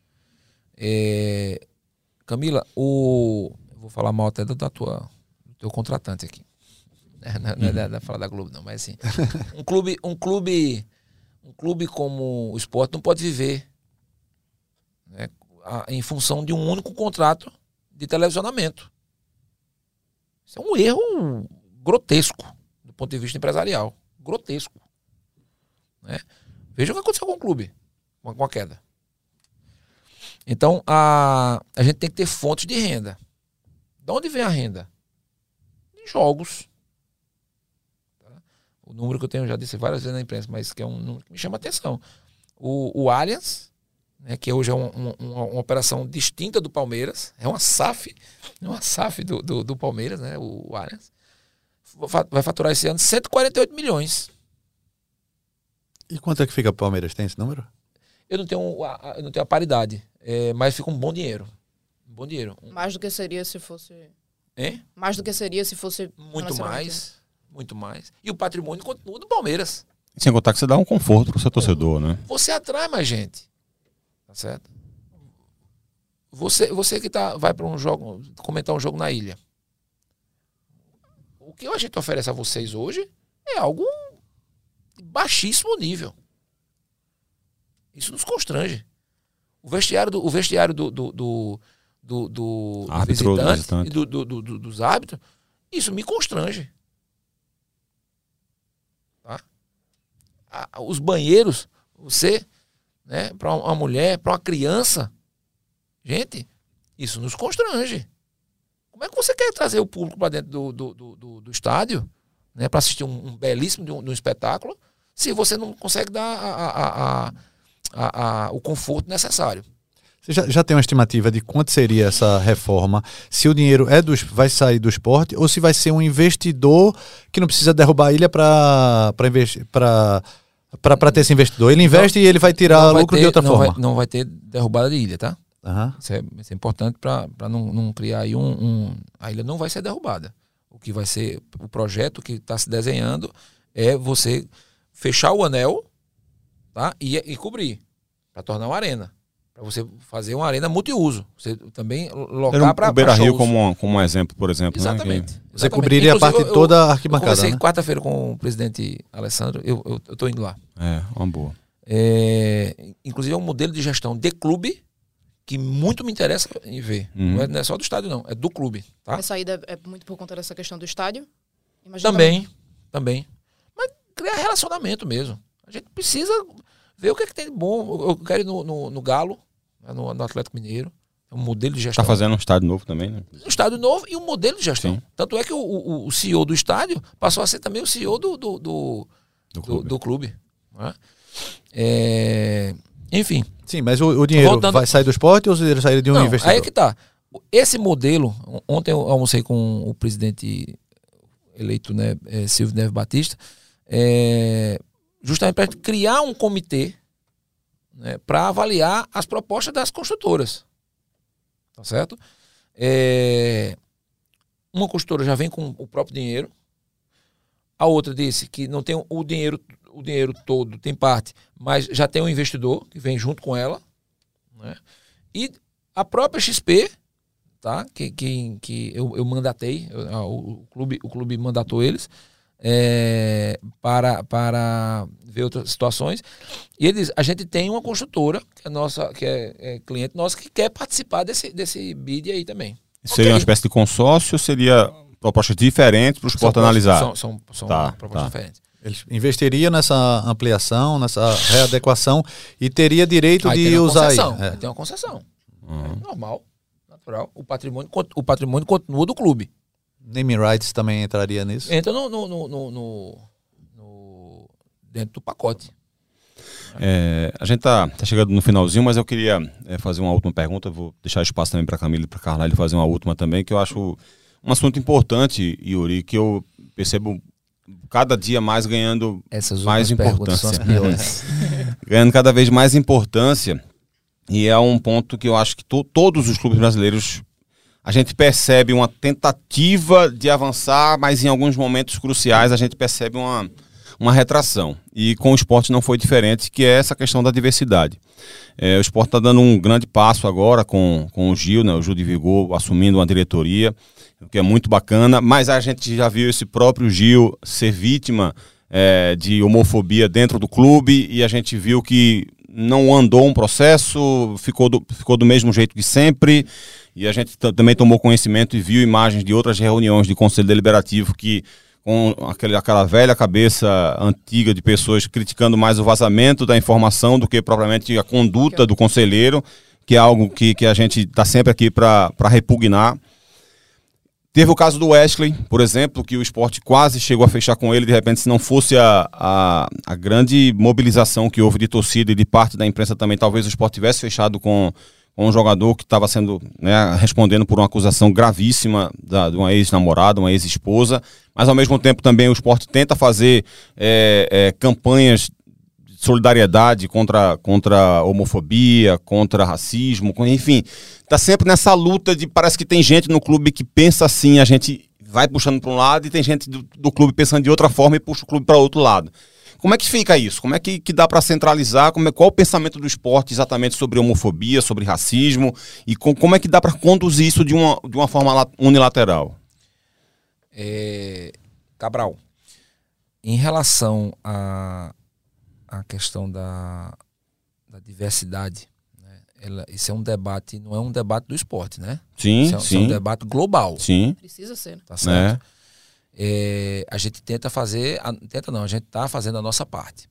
É, Camila, o... vou falar mal até da tua, do teu contratante aqui. Não, não, não é da falar da Globo, não, mas assim. Um clube, um clube, um clube como o Sport não pode viver, né, em função de um único contrato de televisionamento. Isso é um erro grotesco do ponto de vista empresarial. Grotesco. Né? Veja o que aconteceu com o clube, com a queda. Então, a, a gente tem que ter fontes de renda. De onde vem a renda? De jogos. Tá? O número que eu tenho, já disse várias vezes na imprensa, mas que é um número que me chama a atenção. O, o Allianz, né, que hoje é um, um, uma, uma operação distinta do Palmeiras, é uma S A F, é uma S A F do, do, do Palmeiras, né, o, o Allianz, vai faturar esse ano cento e quarenta e oito milhões. E quanto é que fica o Palmeiras? Tem esse número? Eu não tenho, eu não tenho a paridade, é, mas fica um bom dinheiro. Um bom dinheiro. Mais do que seria se fosse... Hein? Mais do que seria se fosse... Muito mais, muito mais. E o patrimônio continua do Palmeiras. Sem contar que você dá um conforto pro seu torcedor, né? Você atrai mais gente. Tá certo? Você, você que tá, vai para um jogo, comentar um jogo na ilha. O que a gente oferece a vocês hoje é algo de baixíssimo nível. Isso nos constrange. O vestiário do, o vestiário do, do, do, do, do árbitro, visitante, do visitante. e do, do, do, do, dos árbitros, isso me constrange. Tá? A, os banheiros, você, né, para uma mulher, para uma criança, gente, isso nos constrange. Como é que você quer trazer o público para dentro do, do, do, do, do estádio, né, para assistir um, um belíssimo de um, de um espetáculo, se você não consegue dar a, a, a, a, a, o conforto necessário? Você já, já tem uma estimativa de quanto seria essa reforma? Se o dinheiro é dos, vai sair do esporte ou se vai ser um investidor que não precisa derrubar a ilha para investir, para ter esse investidor? Ele investe não, e ele vai tirar vai lucro ter, de outra não forma? Vai, não vai ter derrubada de ilha, tá? Uhum. Isso, é, isso é importante para não, não criar aí um, um... A ilha não vai ser derrubada. O que vai ser... O projeto que está se desenhando é você fechar o anel, tá? E, e cobrir, para tornar uma arena. Para você fazer uma arena multiuso. Você também locar para o Beira-Rio como, como um exemplo, por exemplo. Exatamente. Né? Você cobriria a parte eu, toda a arquibancada, eu conversei né? quarta-feira com o presidente Alessandro, eu, eu, eu tô indo lá. É, uma boa. É, inclusive é um modelo de gestão de clube que muito me interessa em ver. Uhum. Não, é, não é só do estádio, não. É do clube. Tá? Essa saída é muito por conta dessa questão do estádio? Imagina também, também. Mas criar relacionamento mesmo. A gente precisa ver o que é que tem de bom. Eu quero ir no, no, no Galo, no, no Atlético Mineiro. É um modelo de gestão. Está fazendo um estádio novo também, né? Um estádio novo e um modelo de gestão. Sim. Tanto é que o, o, o C E O do estádio passou a ser também o C E O do, do, do, do clube. Do, do clube, né? É, enfim. Sim, mas o, o dinheiro voltando... vai sair do esporte ou o dinheiro sair de um Não, investidor? Aí é que tá. Esse modelo, ontem eu almocei com o presidente eleito, né, é, Silvio Neves Batista, é, justamente para criar um comitê, né, para avaliar as propostas das construtoras. Tá certo? É, uma construtora já vem com o próprio dinheiro, a outra disse que não tem o dinheiro, o dinheiro todo, tem parte, mas já tem um investidor que vem junto com ela, né? E a própria X P, tá? que, que, que eu, eu mandatei, eu, o, clube, o clube mandatou eles é, para, para ver outras situações, e eles, a gente tem uma construtora que é, nossa, que é, é cliente nossa que quer participar desse, desse bid aí também. Seria okay. Uma espécie de consórcio ou seria propostas diferentes para o esporte analisar? São, são, são tá, propostas tá. diferentes. Eles investiriam nessa ampliação, nessa readequação e teria direito aí de tem uma usar concessão, aí. É. Aí tem uma concessão. Uhum. É normal, natural. O patrimônio, o patrimônio continua do clube. Naming rights também entraria nisso? Entra no, no, no, no, no, no dentro do pacote. É, a gente tá, tá chegando no finalzinho, mas eu queria é, fazer uma última pergunta. Vou deixar espaço também para Camila e para Carla ele fazer uma última também, que eu acho um assunto importante, Yuri, que eu percebo cada dia mais ganhando Essas mais importância. São as piores. Ganhando cada vez mais importância. E é um ponto que eu acho que to, todos os clubes brasileiros, a gente percebe uma tentativa de avançar, mas em alguns momentos cruciais a gente percebe uma, uma retração. E com o esporte não foi diferente, que é essa questão da diversidade. É, o esporte está dando um grande passo agora com, com o Gil, né, o Gil de Vigor assumindo uma diretoria, o que é muito bacana, mas a gente já viu esse próprio Gil ser vítima é, de homofobia dentro do clube e a gente viu que não andou um processo, ficou do, ficou do mesmo jeito que sempre, e a gente também tomou conhecimento e viu imagens de outras reuniões de conselho deliberativo que com aquele, aquela velha cabeça antiga de pessoas criticando mais o vazamento da informação do que propriamente a conduta do conselheiro, que é algo que, que a gente está sempre aqui para repugnar. Teve o caso do Wesley, por exemplo, que o esporte quase chegou a fechar com ele, de repente, se não fosse a, a, a grande mobilização que houve de torcida e de parte da imprensa também, talvez o esporte tivesse fechado com, com um jogador que estava sendo, né, respondendo por uma acusação gravíssima da, de uma ex-namorada, uma ex-esposa, mas ao mesmo tempo também o esporte tenta fazer é, é, campanhas solidariedade contra, contra a homofobia, contra racismo, enfim, tá sempre nessa luta de, parece que tem gente no clube que pensa assim, a gente vai puxando para um lado e tem gente do, do clube pensando de outra forma e puxa o clube para outro lado. Como é que fica isso? Como é que, que dá para centralizar? Como é, qual o pensamento do esporte exatamente sobre homofobia, sobre racismo? E com, como é que dá para conduzir isso de uma, de uma forma unilateral? É, Cabral, em relação à a, a questão da, da diversidade, né? Ela, isso é um debate, não é um debate do esporte, né? Sim, isso é, sim. Isso é um debate global. Sim. Precisa ser. Tá certo? É. É, a gente tenta fazer, a, tenta não, a gente está fazendo a nossa parte.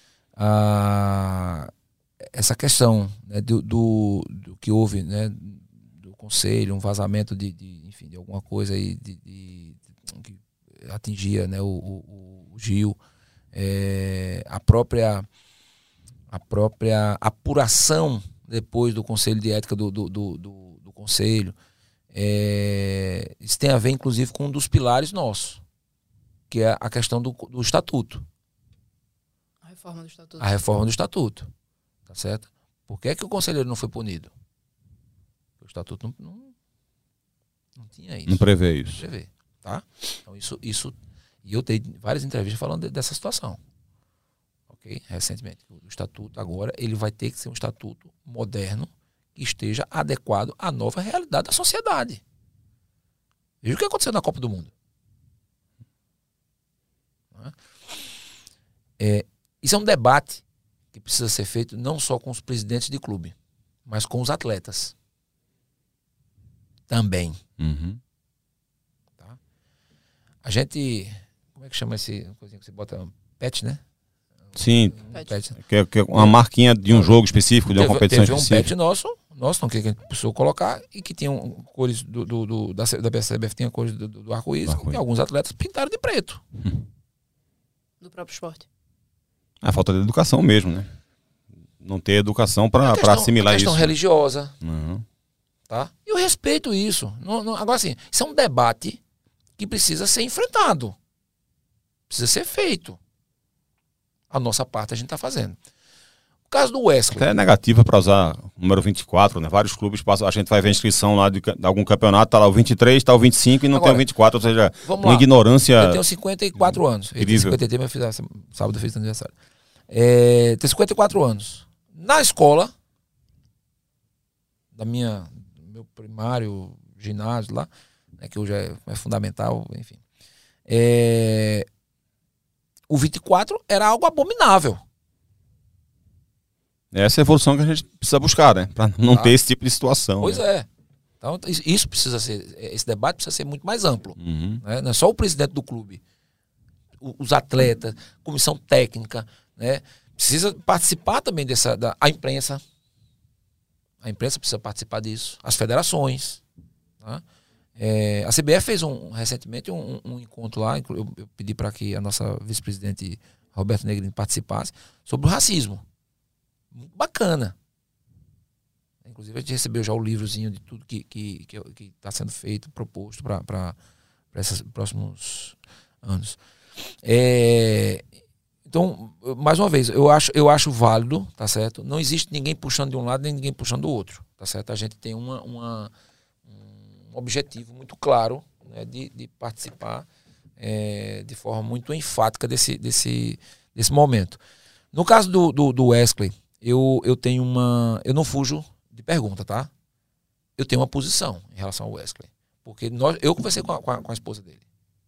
Ah, essa questão, né, do, do, do que houve, né, do conselho, um vazamento de, de, enfim, de alguma coisa aí de, de, de, que atingia, né, o, o, o Gil, é, a própria a própria apuração depois do conselho de ética do, do, do, do, do conselho. É, isso tem a ver, inclusive, com um dos pilares nossos, que é a questão do, do estatuto. A reforma do estatuto. A reforma do estatuto. Tá certo? Por que é que o conselheiro não foi punido? O estatuto não, não, não tinha isso. Não prevê isso. Não prevê, tá? Então, isso, isso... E eu dei várias entrevistas falando de, dessa situação. Ok? Recentemente. O estatuto, agora, ele vai ter que ser um estatuto moderno, que esteja adequado à nova realidade da sociedade. Veja o que aconteceu na Copa do Mundo. É, isso é um debate que precisa ser feito não só com os presidentes de clube, mas com os atletas também. Uhum. Tá? A gente... Como é que chama esse coisinha que você bota? Pet, né? Sim, Um pet. que é, que é uma marquinha de um jogo específico, de uma Teve, competição teve um específica. pet nosso, nosso não, que a gente precisou colocar, e que tinha cores do, do, do, da, da B C B F, tinha cores do, do, do arco-íris, Arco-íris. e alguns atletas pintaram de preto. Do próprio esporte. A falta de educação mesmo, né? Não ter educação para A questão- assimilar a questão isso. religiosa, Uhum. tá? E eu respeito isso. Não, não, agora, assim, isso é um debate que precisa ser enfrentado. Precisa ser feito. A nossa parte a gente está fazendo. O caso do Wesley. Até é negativa para usar o número vinte e quatro, né? Vários clubes passam, a gente vai ver a inscrição lá de, de algum campeonato, tá lá o vinte e três, tá o vinte e cinco e não Agora, tem o vinte e quatro, ou seja, vamos uma lá. ignorância. Eu tenho cinquenta e quatro anos. Eu tenho Incrível. cinquenta e três, mas eu fiz, sábado eu fiz aniversário. É, tenho cinquenta e quatro anos. Na escola, da minha, do meu primário, ginásio lá, né, que hoje é, é fundamental, enfim. É, o vinte e quatro era algo abominável. Essa é a evolução que a gente precisa buscar, né? Para não Tá. ter esse tipo de situação. Pois né? é. Então, isso- isso precisa ser, esse debate precisa ser muito mais amplo. Uhum. Né? Não é só o presidente do clube, o- os atletas, comissão técnica, né? Precisa participar também dessa, da, a imprensa, a imprensa precisa participar disso, as federações, tá? É, a C B F fez um, recentemente um, um encontro lá, inclu- eu, eu pedi para que a nossa vice-presidente Roberto Negrini participasse, sobre o racismo. Muito bacana. Inclusive a gente recebeu já o livrozinho de tudo que que que, que está sendo feito, proposto para esses próximos anos. É, então, mais uma vez, eu acho, eu acho válido, tá certo? Não existe ninguém puxando de um lado nem ninguém puxando do outro, tá certo? A gente tem uma, uma, um objetivo muito claro, né, de, de participar é, de forma muito enfática desse, desse, desse momento. No caso do, do, do Wesley, eu, eu tenho uma... Eu não fujo de pergunta, tá? Eu tenho uma posição em relação ao Wesley. Porque nós, eu conversei com a, com a, com a esposa dele.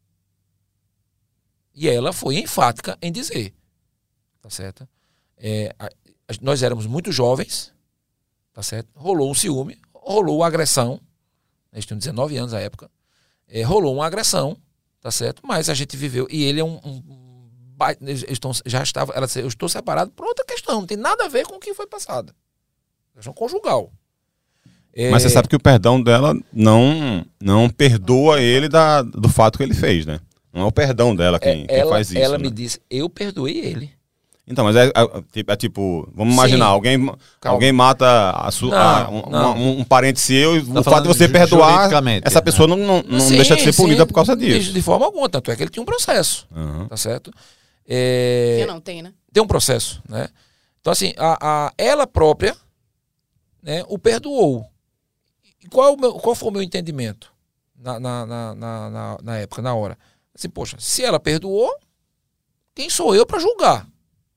E ela foi enfática em dizer, tá certo? É, a, a, nós éramos muito jovens, tá certo? Rolou um ciúme, rolou uma agressão, eles tinham dezenove anos na época, é, rolou uma agressão, tá certo? Mas a gente viveu, e ele é um... um eles estão, já estava, ela disse, eu estou separado por outra questão, não tem nada a ver com o que foi passado. Questão conjugal. É, Mas você sabe que o perdão dela não, não perdoa ele da, do fato que ele fez, né? Não é o perdão dela quem, é, quem ela, faz isso. Ela né? me disse, eu perdoei ele. Então, mas é, é, é tipo, vamos Sim. imaginar, alguém, alguém mata a su, Não, a, um, não. um, um parente seu e o fato falando de você ju- perdoar, juridicamente, essa né? pessoa não, não, não Sim, deixa de ser sim, punida por causa de- disso. De forma alguma, tanto é que ele tinha um processo, Uhum. tá certo? É, Tinha não, tem, né? tem um processo, né? Então, assim, a, a, ela própria, né, o perdoou. E qual, o meu, qual foi o meu entendimento na, na, na, na, na época, na hora? Assim, poxa, se ela perdoou, quem sou eu para julgar?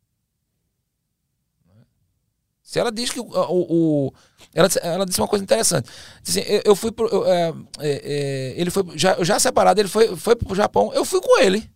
Se ela diz que o, o, o ela, ela disse uma coisa interessante. Disse assim, eu, eu fui pro, eu, é, é, ele foi já, já separado, ele foi foi pro Japão, eu fui com ele.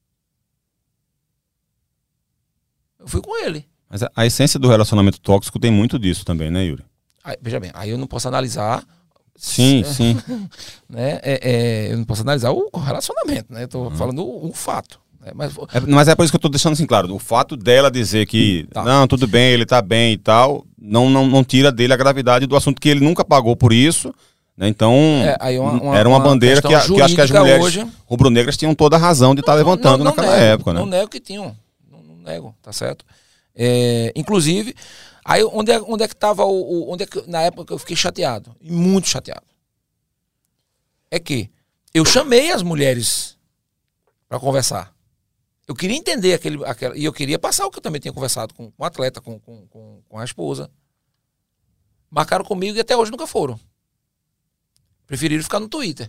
Eu fui com ele. Mas a, a essência do relacionamento tóxico tem muito disso também, né, Yuri? Aí, veja bem, aí eu não posso analisar. Sim, se, sim. Né, é, é, eu não posso analisar o relacionamento, né? Eu tô uhum. falando o, o fato. É, mas... É, mas é por isso que eu tô deixando assim claro. O fato dela dizer que tá. não, tudo bem, ele tá bem e tal, não, não, não tira dele a gravidade do assunto, que ele nunca pagou por isso, né? Então, é, aí uma, uma, era uma, uma bandeira que, a, que eu acho que as mulheres hoje... rubro-negras tinham toda a razão de estar tá levantando não, não, não naquela nego, época, né? Não nego que tinham. Não, não nego, tá certo? É, inclusive, aí onde é, onde é que tava o, o. Onde é que, na época que eu fiquei chateado, e muito chateado, é que eu chamei as mulheres para conversar. Eu queria entender aquele, aquela. E eu queria passar o que eu também tinha conversado com, com o atleta, com, com, com, com a esposa. Marcaram comigo e até hoje nunca foram. Preferiram ficar no Twitter.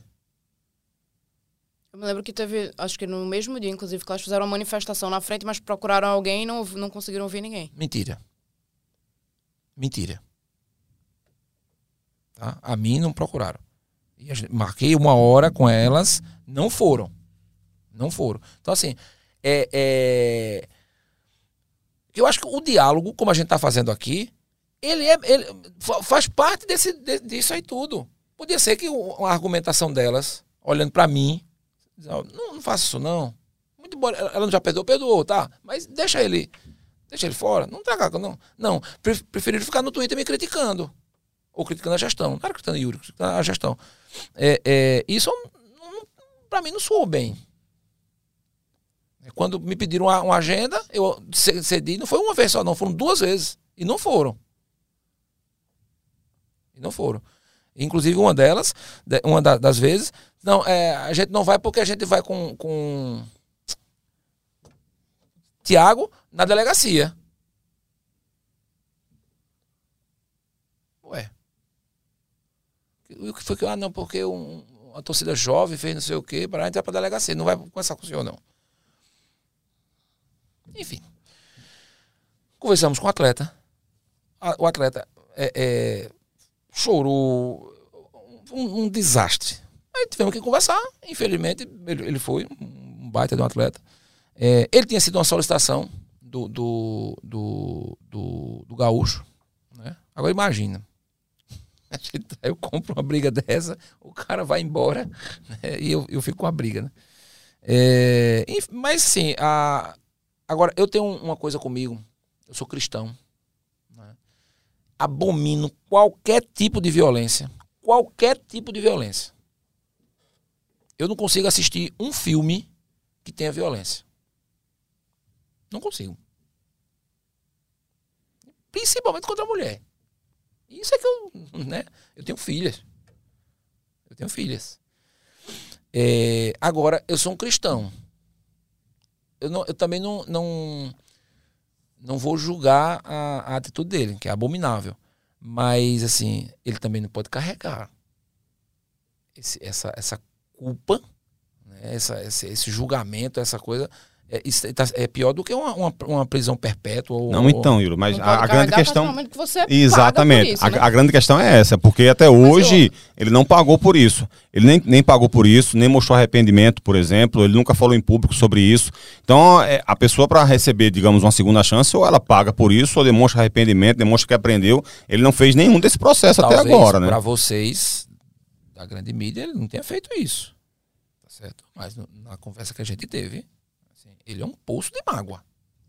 Eu me lembro que teve, acho que no mesmo dia, inclusive, que elas fizeram uma manifestação na frente, mas procuraram alguém e não, não conseguiram ouvir ninguém. Mentira. Mentira. Tá? A mim não procuraram. E a gente, marquei uma hora com elas, não foram. Não foram. Então, assim, é, é... eu acho que o diálogo, como a gente está fazendo aqui, ele, é, ele faz parte desse, de, disso aí tudo. Podia ser que a argumentação delas, olhando para mim, não, não faça isso não. Muito bom. Ela não já perdoou, perdoou, tá? Mas deixa ele, deixa ele fora. Não traga, não. Não, preferiram ficar no Twitter me criticando. Ou criticando a gestão. Não era criticando a Yuri, criticando a gestão. É, é, isso, para mim, não soou bem. Quando me pediram uma, uma agenda, eu cedi. Não foi uma vez só, não. Foram duas vezes. E não foram. E não foram. Inclusive, uma delas, uma das vezes, não, é, a gente não vai porque a gente vai com, com Tiago na delegacia. Ué. O que foi que, ah, não, porque um, uma torcida jovem fez não sei o quê, para a gente ir para a delegacia. Não vai conversar com o senhor, não. Enfim. Conversamos com o atleta. O atleta é, é, chorou. Um, um desastre. Aí tivemos que conversar. Infelizmente, ele, ele foi um baita de um atleta. É, ele tinha sido uma solicitação do, do, do, do, do Gaúcho. Né? Agora imagina. Eu compro uma briga dessa, o cara vai embora, né? E eu, eu fico com a briga. Né? É, mas sim, a, agora eu tenho uma coisa comigo. Eu sou cristão. Né? Abomino qualquer tipo de violência. Qualquer tipo de violência. Eu não consigo assistir um filme que tenha violência. Não consigo. Principalmente contra a mulher. Isso é que eu, né? Eu tenho filhas. Eu tenho filhas. É, agora, eu sou um cristão. Eu, não, eu também não, não, não vou julgar a, a atitude dele, que é abominável. Mas, assim, ele também não pode carregar esse, essa, essa culpa, né? essa, esse, esse julgamento, essa coisa. É, isso é pior do que uma, uma, uma prisão perpétua. Ou, não, então, Yuri, mas a, a grande questão... Que você Exatamente. Isso, né? a, a grande questão é essa, porque até hoje ele não pagou por isso. Ele nem, nem pagou por isso, nem mostrou arrependimento, por exemplo. Ele nunca falou em público sobre isso. Então, é, a pessoa, para receber, digamos, uma segunda chance, ou ela paga por isso, ou demonstra arrependimento, demonstra que aprendeu. Ele não fez nenhum desse processo Talvez, até agora, né? Para vocês, da grande mídia, ele não tenha feito isso. Tá certo? Mas no, na conversa que a gente teve... Ele é um poço de mágoa.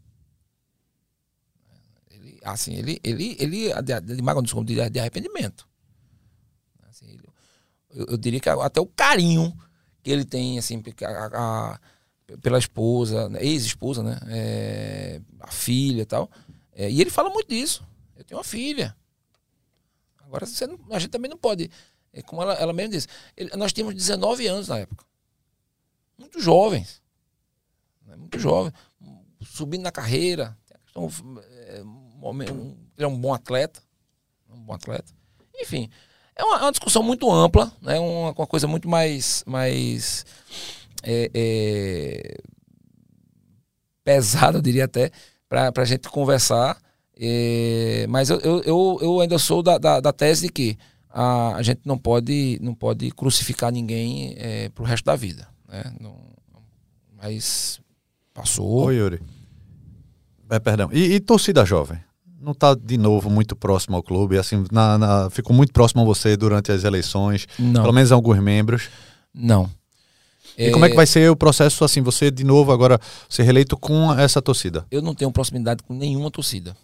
Ele, assim, ele, ele, ele de, de mágoa, não, de, de arrependimento. Assim, ele, eu, eu diria que até o carinho que ele tem, assim, a, a, pela esposa, ex-esposa, né? É, a filha e tal. É, e ele fala muito disso. Eu tenho uma filha. Agora, você não, a gente também não pode... É, como ela, ela mesmo disse, ele, nós tínhamos dezenove anos na época. Muito jovens. Muito jovem, subindo na carreira, Então, é, um, ele é um bom atleta. Um bom atleta. Enfim, é uma, é uma discussão muito ampla, né? uma, uma coisa muito mais, mais é, é, pesada, eu diria até, para a gente conversar. É, mas eu, eu, eu ainda sou da, da, da tese de que a, a gente não pode, não pode crucificar ninguém é, para o resto da vida. Né? Não, mas passou. Oi, Yuri. É, perdão. E, e torcida jovem? Não está de novo muito próximo ao clube? Assim, na, na, ficou muito próximo a você durante as eleições? Não. Pelo menos alguns membros? Não. E é... como é que vai ser o processo, assim, você de novo agora ser reeleito com essa torcida? Eu não tenho proximidade com nenhuma torcida.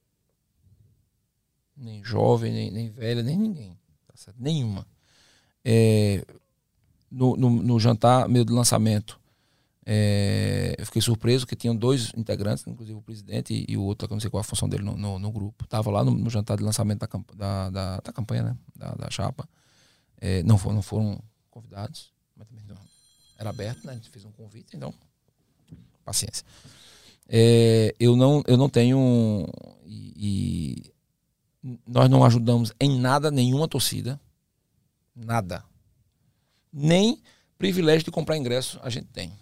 Nem jovem, nem, nem velha, nem ninguém. Tá certo? Nenhuma. É, no, no, no jantar meu de lançamento, é, eu fiquei surpreso que tinham dois integrantes, inclusive o presidente e, e o outro, que eu não sei qual a função dele no, no, no grupo. Estava lá no, no jantar de lançamento da, da, da, da campanha, né? Da, da chapa. É, não, foram, não foram convidados, mas também não, era aberto, né? A gente fez um convite, então paciência. É, eu, não, eu não tenho... E, e nós não ajudamos em nada nenhuma torcida. Nada. Nem privilégio de comprar ingresso a gente tem.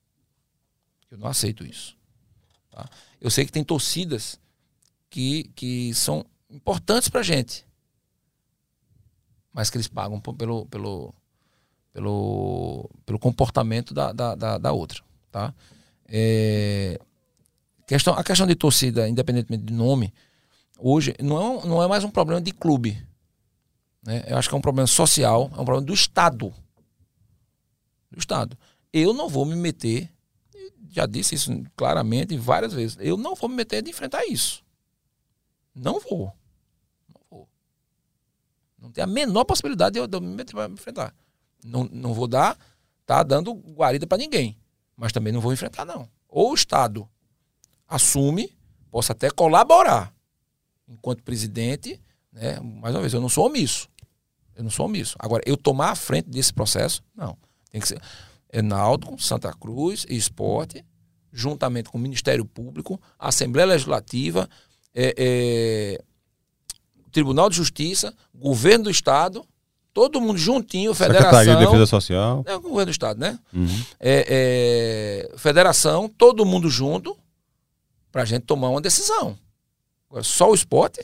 Eu não aceito isso. Tá? Eu sei que tem torcidas que, que são importantes pra gente. Mas que eles pagam pelo, pelo, pelo, pelo comportamento da, da, da, da outra. Tá? É, questão, a questão de torcida, independentemente de nome, hoje não é, não é mais um problema de clube. Né? Eu acho que é um problema social, é um problema do Estado. Do Estado. Eu não vou me meter, já disse isso claramente várias vezes, eu não vou me meter de enfrentar isso. Não vou. Não vou. Não tem a menor possibilidade de eu, de eu me meter para enfrentar. Não, não vou dar, tá dando guarida para ninguém. Mas também não vou enfrentar, não. Ou o Estado assume, posso até colaborar. Enquanto presidente, né, mais uma vez, eu não sou omisso. Eu não sou omisso. Agora, eu tomar a frente desse processo, não. Tem que ser Enaldo, Santa Cruz e Esporte, juntamente com o Ministério Público, a Assembleia Legislativa, é, é, Tribunal de Justiça, Governo do Estado, todo mundo juntinho, Federação... Secretaria de Defesa Social. É o Governo do Estado, né? Uhum. É, é, Federação, todo mundo junto, pra gente tomar uma decisão. Agora, só o Esporte?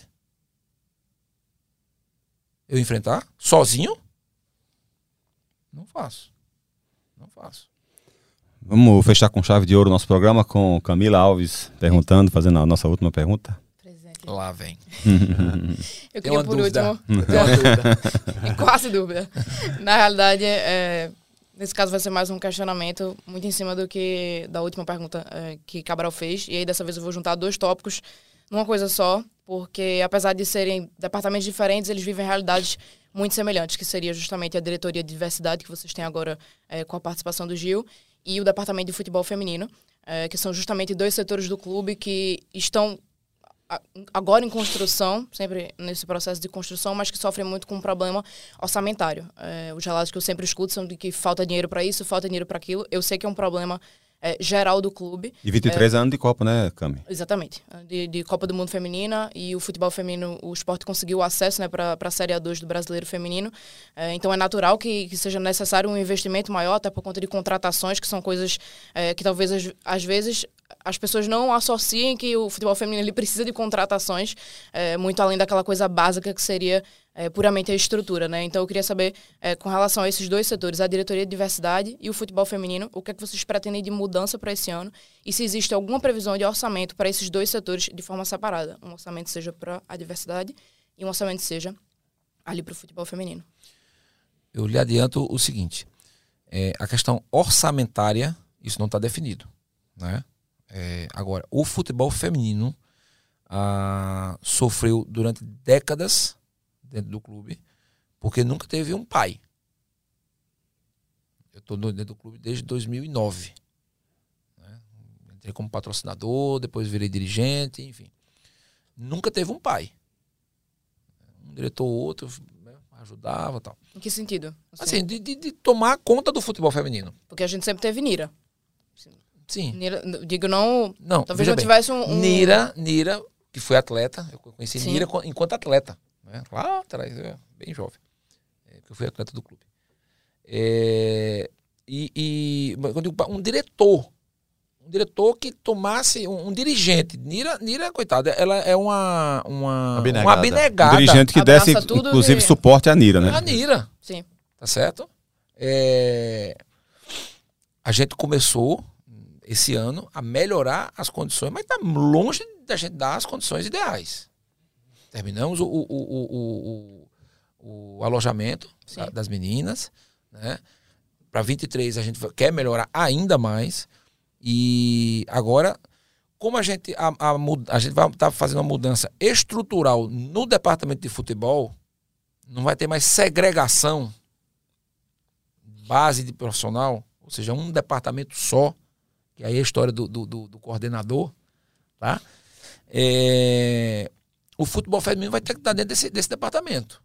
Eu enfrentar? Sozinho? Não faço. Não faço. Vamos fechar com chave de ouro o nosso programa com Camila Alves perguntando, fazendo a nossa última pergunta. Presente. Lá vem. Eu queria, por dúvida. último... Tem uma dúvida. Quase dúvida. Na realidade, é, nesse caso vai ser mais um questionamento, muito em cima do que da última pergunta é, que Cabral fez. E aí, dessa vez, eu vou juntar dois tópicos numa coisa só, porque apesar de serem departamentos diferentes, eles vivem realidades muito semelhantes, que seria justamente a diretoria de diversidade que vocês têm agora é, com a participação do Gil e o departamento de futebol feminino, é, que são justamente dois setores do clube que estão agora em construção, sempre nesse processo de construção, mas que sofrem muito com um problema orçamentário. É, os relatos que eu sempre escuto são de que falta dinheiro para isso, falta dinheiro para aquilo. Eu sei que é um problema É, geral do clube. E vinte e três é, anos de Copa, né, Cami? Exatamente. De, de Copa do Mundo Feminina e o futebol feminino, o esporte conseguiu acesso, né, para a Série A dois do Brasileiro Feminino. É, então é natural que, que seja necessário um investimento maior, até por conta de contratações, que são coisas é, que talvez às, às vezes as pessoas não associem que o futebol feminino ele precisa de contratações, é, muito além daquela coisa básica que seria é, puramente a estrutura, né? Então eu queria saber, é, com relação a esses dois setores, a diretoria de diversidade e o futebol feminino, o que é que vocês pretendem de mudança para esse ano e se existe alguma previsão de orçamento para esses dois setores de forma separada. Um orçamento seja para a diversidade e um orçamento seja ali para o futebol feminino. Eu lhe adianto o seguinte, é, a questão orçamentária, isso não está definido, né? É, agora, o futebol feminino ah, sofreu durante décadas dentro do clube, porque nunca teve um pai. Eu estou dentro do clube desde dois mil e nove. Né? Entrei como patrocinador, depois virei dirigente, enfim. Nunca teve um pai. Um diretor ou outro, né, ajudava e tal. Em que sentido? Assim, assim de, de, de tomar conta do futebol feminino. Porque a gente sempre teve Nira. Sim. Nira, digo, não... Não, talvez veja não bem, tivesse um... um... Nira, Nira, que foi atleta, eu conheci Sim. Nira enquanto atleta, né? Lá atrás, bem jovem, é, que eu fui atleta do clube. É, e, e quando eu digo, um diretor, um diretor que tomasse, um, um dirigente, Nira, Nira, coitada, ela é uma, uma, Abnegada. uma abnegada. Um dirigente que Abraça desse, tudo inclusive, que- suporte à Nira, né? A Nira, Sim. tá certo? É, a gente começou esse ano a melhorar as condições, mas está longe da gente dar as condições ideais. Terminamos o, o, o, o, o alojamento Sim. da- das meninas, né? Para vinte e três a gente quer melhorar ainda mais. E agora, como a gente, a, a, mud- a gente vai estar fazendo uma mudança estrutural no departamento de futebol, não vai ter mais segregação, base de profissional, ou seja, um departamento só, que aí é a história do, do, do, do coordenador, tá? É, o futebol feminino vai ter que estar dentro desse, desse departamento.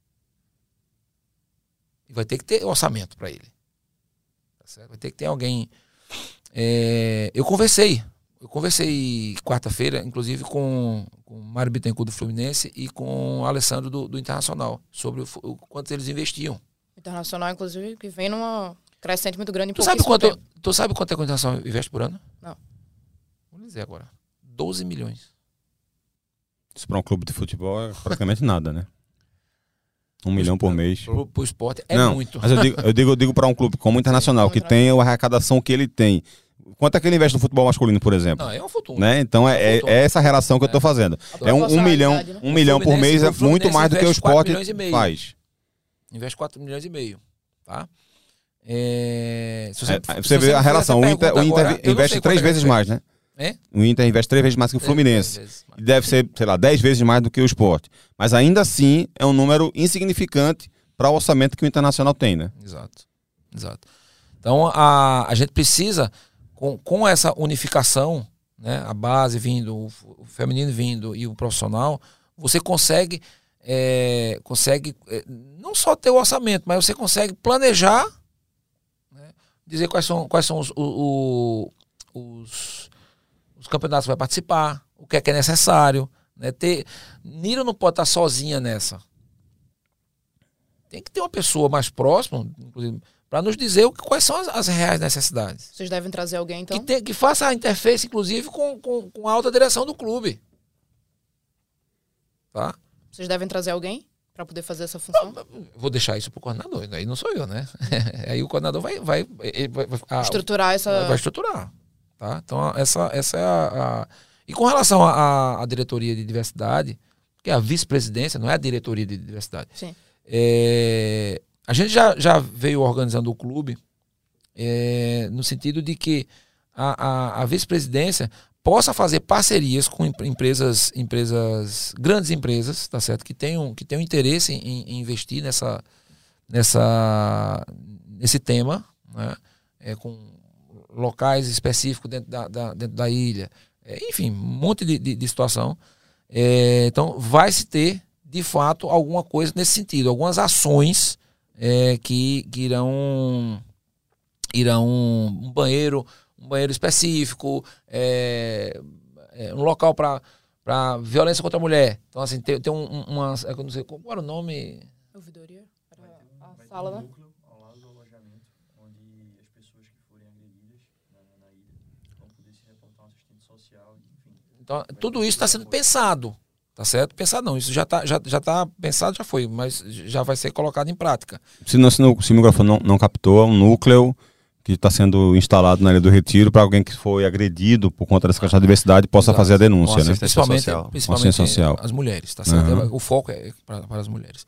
E vai ter que ter orçamento para ele. Tá certo? Vai ter que ter alguém... É, eu conversei, eu conversei quarta-feira, inclusive com, com o Mário Bittencourt do Fluminense e com o Alessandro do, do Internacional, sobre o, o quanto eles investiam. Internacional, inclusive, que vem numa crescente muito grande em Tu sabe, pouquíssimo quanto, tempo. tu sabe quanto é que o Internacional investe por ano? Não. Vou dizer agora. doze milhões. Isso para um clube de futebol é praticamente nada, né? Um milhão por mês. Pro, pro esporte é Não, muito. mas eu digo, eu digo, eu digo para um clube como o Internacional, como que tem a arrecadação que ele tem. Quanto é que ele investe no futebol masculino, por exemplo? Não, é um futuro. Né? Então é, é, é essa relação que eu estou fazendo. É um, um milhão, proporcionalidade, né? um milhão por mês é O Fluminense muito mais do que o investe quatro esporte milhões e meio. faz. Investe quatro milhões e meio. Tá? É, se você, É, se você vê a me relação. O fez essa Inter, o Inter pergunta agora, eu não investe sei três quanto é que vezes ele mais, né? É? O Inter investe três vezes mais que o Fluminense. Três vezes mais. E deve ser, sei lá, dez vezes mais do que o esporte. Mas ainda assim é um número insignificante para o orçamento que o Internacional tem, né? Exato. Exato. Então a, a gente precisa, com, com essa unificação, né, a base vindo, o, o feminino vindo e o profissional, você consegue, é, consegue é, não só ter o orçamento, mas você consegue planejar, né, dizer quais são, quais são os, o, o, os, os campeonatos que vai participar, o que é que é necessário. Né, ter, Nira não pode estar sozinha nessa. Tem que ter uma pessoa mais próxima, inclusive, para nos dizer o que, quais são as, as reais necessidades. Vocês devem trazer alguém, então? Que, tem, que faça a interface, inclusive, com, com, com a alta direção do clube. Tá? Vocês devem trazer alguém para poder fazer essa função? Vou deixar isso pro coordenador, aí não sou eu, né? Aí o coordenador vai, vai, ele vai, vai, a, Estruturar essa... vai estruturar. Tá? Então, essa, essa é a, a... E com relação à à diretoria de diversidade, que é a vice-presidência, não é a diretoria de diversidade. Sim. É, a gente já, já veio organizando o clube é, no sentido de que a, a, a vice-presidência possa fazer parcerias com empresas, empresas, grandes empresas, tá certo? Que tenham, que tenham interesse em, em investir nessa, nessa, nesse tema, né? É, com locais específicos dentro da, da, dentro da ilha, é, enfim, um monte de, de, de situação. É, então, vai se ter de fato alguma coisa nesse sentido, algumas ações é, que, que irão irão um banheiro um banheiro específico, é, é, um local para para violência contra a mulher. Então assim, tem, tem um, uma, eu não sei qual era o nome. Ouvidoria? Era a sala, né? Ao lado do alojamento, onde as pessoas que forem agredidas na, na ilha vão poder se reportar a um assistente social, enfim. Então, tudo isso está sendo pensado. Tá certo? Pensado não, isso já está já, já tá pensado, já foi, mas já vai ser colocado em prática. Se, não, se, não, se o microfone não, não captou, é um núcleo que está sendo instalado na Ilha do Retiro para alguém que foi agredido por conta dessa questão da diversidade possa Exato. fazer a denúncia, Com né? assistência Principalmente, social. principalmente Assistência social. as mulheres, tá certo? Uhum. O foco é para, para as mulheres.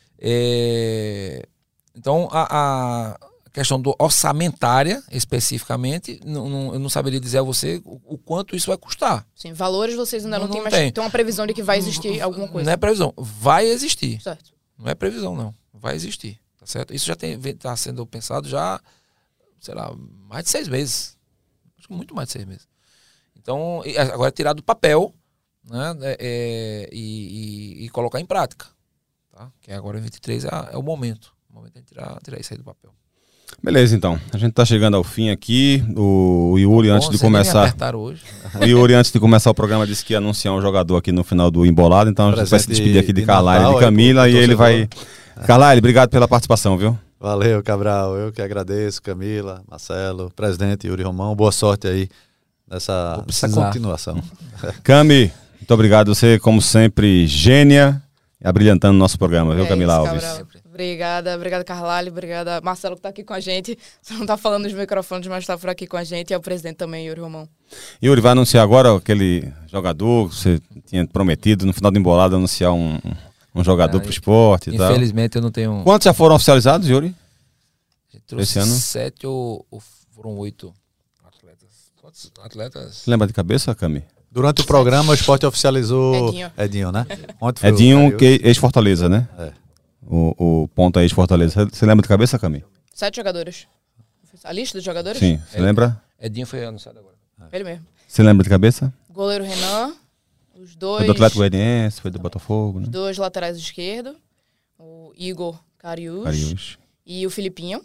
É, então, a, a questão do orçamentária, especificamente, não, não, eu não saberia dizer a você o, o quanto isso vai custar. Sim, valores vocês ainda não, Não, têm, não mas tem. tem uma previsão de que vai existir alguma coisa. Não é previsão, vai existir. Certo. Não é previsão, não. Vai existir, tá certo? Isso já está sendo pensado já, sei lá, mais de seis meses. Acho que muito mais de seis meses. Então, agora é tirar do papel, né, é, e, e, e colocar em prática. Tá? Que agora em vinte e três é, é o momento. O momento é tirar, tirar isso aí do papel. Beleza, então. A gente tá chegando ao fim aqui. O Yuri, Bom, antes de vocês nem me começar. apertaram hoje. O Yuri, antes de começar o programa, disse que ia anunciar um jogador aqui no final do Embolado. Então a gente vai se Presente despedir aqui de de Carlyle e Natal de aí pro- Camila. pro E ele vai. torcedor. Carlyle, obrigado pela participação, viu? Valeu, Cabral. Eu que agradeço, Camila, Marcelo, presidente Yuri Romão. Boa sorte aí nessa, Vou nessa precisar. continuação. Cami, muito obrigado. Você, como sempre, gênia, abrilhantando o nosso programa, viu, É Camila isso, Alves? Cabral. Obrigada, obrigada, Carlalho, obrigada, Marcelo, que está aqui com a gente. Você não está falando nos microfones, mas está por aqui com a gente. E é o presidente também, Yuri Romão. Yuri, vai anunciar agora aquele jogador que você tinha prometido no final do Embolado anunciar um, um jogador Ah, pro esporte e tal. Infelizmente eu não tenho. Quantos já foram oficializados, Yuri? Trouxe esse ano? Sete ou, ou foram oito atletas. Quantos atletas? Você lembra de cabeça, Cami? Durante o programa, o esporte oficializou Edinho. Edinho, né? Ontem foi o Edinho, Caio. que ex-Fortaleza, né? É. O, o ponta ex-Fortaleza. Você lembra de cabeça, Cami? Sete jogadores. A lista dos jogadores? Sim. Você É. lembra? Edinho foi anunciado agora. Ele mesmo. Você lembra de cabeça? Goleiro Renan, os dois, Foi do Atlético Goianiense, foi do Botafogo, né? os dois laterais esquerdos, o Igor Cariús Cariús. e o Filipinho.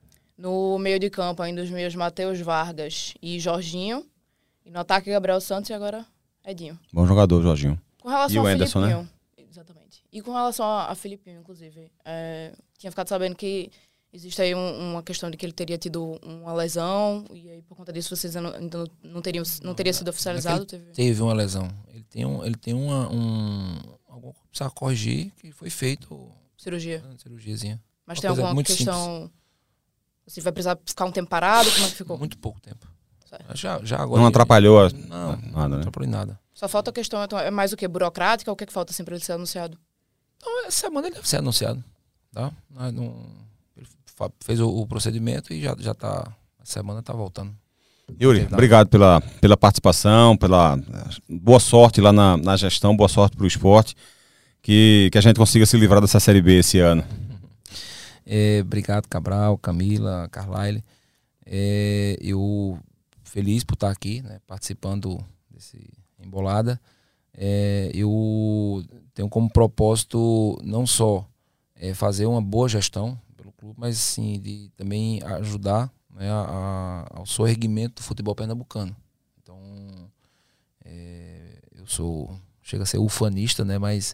No meio de campo, ainda os meus Matheus Vargas e Jorginho. E no ataque, Gabriel Santos e agora Edinho. Bom jogador, Jorginho. Com relação E o ao Anderson, né? Filipinho. Exatamente. E com relação a, a Filipinho, inclusive, é, tinha ficado sabendo que existe aí um- uma questão de que ele teria tido uma lesão, e aí por conta disso vocês ainda não, ainda não, não teriam, não teria sido oficializado. Teve... Teve uma lesão. Ele tem, um, ele tem uma, um. Algo que precisa corrigir, que foi feito. Cirurgia. Uma cirurgiazinha. Mas Uma tem coisa alguma muito questão. Você vai precisar ficar um tempo parado? Como é que ficou? Muito pouco tempo. Certo. Já, já agora. Não atrapalhou a- Não, nada, não né? atrapalhou em nada. Só falta a questão, então, é mais o que? Burocrática? Ou o que, é que falta assim, para ele ser anunciado? Então, essa semana ele deve ser anunciado. Tá? Nós não- ele fa- fez o, o procedimento e já, já tá. A semana tá voltando. Yuri, Verdade. obrigado pela, pela participação, pela boa sorte lá na, na gestão, boa sorte pro esporte. Que, que a gente consiga se livrar dessa Série B esse ano. É, obrigado, Cabral, Camila, Carlyle. É, eu feliz por estar aqui, né, participando desse Embolada. É, eu tenho como propósito não só é, fazer uma boa gestão pelo clube, mas sim de também ajudar, né, a, a, ao soerguimento do futebol pernambucano. Então, é, eu sou, chega a ser ufanista, né, mas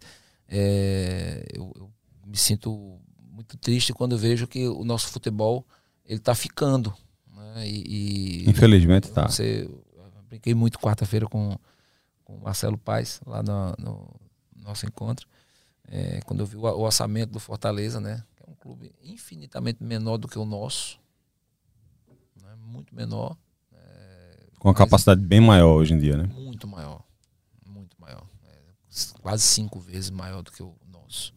é, eu, eu me sinto muito triste quando eu vejo que o nosso futebol ele está ficando, né? E, e Infelizmente tá. Você, eu brinquei muito quarta-feira com, com o Marcelo Paes lá no, no nosso encontro, é, quando eu vi o, o orçamento do Fortaleza, né? Que é um clube infinitamente menor do que o nosso, né? Muito menor, Com uma capacidade bem maior hoje em dia, né? muito maior, muito maior, é, quase cinco vezes maior do que o nosso.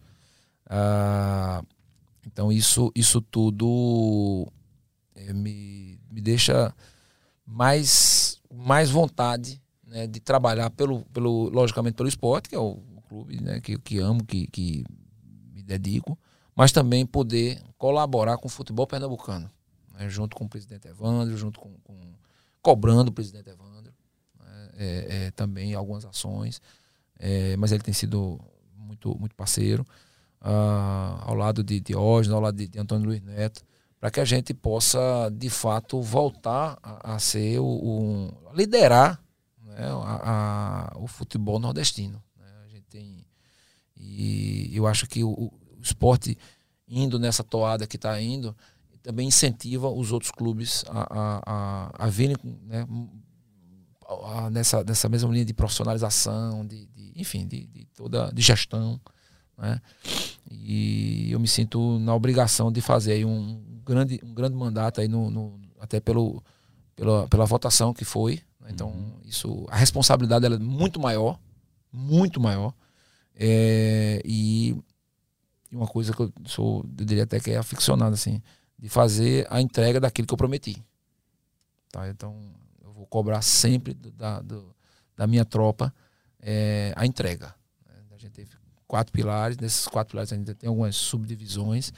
Ah, então isso, isso tudo é, me, me deixa mais, mais vontade, né, de trabalhar pelo, pelo, logicamente pelo esporte, que é o, o clube, né, que, que amo, que, que me dedico, mas também poder colaborar com o futebol pernambucano, né, junto com o presidente Evandro, junto com, com cobrando o presidente Evandro, né, é, é, também algumas ações, é, mas ele tem sido muito, muito parceiro. Uh, ao lado de Diógenes, ao lado de, de Antônio Luiz Neto, para que a gente possa, de fato, voltar a, a ser o, o liderar, né, a, a, o futebol nordestino. Né? A gente tem, e eu acho que o, o esporte indo nessa toada que está indo também incentiva os outros clubes a, a, a, a virem, né, a, nessa, nessa mesma linha de profissionalização, de, de, enfim, de, de toda de gestão. Né? E eu me sinto na obrigação de fazer aí um grande, um grande mandato aí no, no, até pelo, pela, pela votação que foi, né? Então isso, a responsabilidade ela é muito maior, muito maior, é, e uma coisa que eu sou, eu diria até que é aficionado, assim, de fazer a entrega daquilo que eu prometi, tá? Então eu vou cobrar sempre do, da, do, da minha tropa é, a entrega. A gente teve quatro pilares, nesses quatro pilares ainda tem algumas subdivisões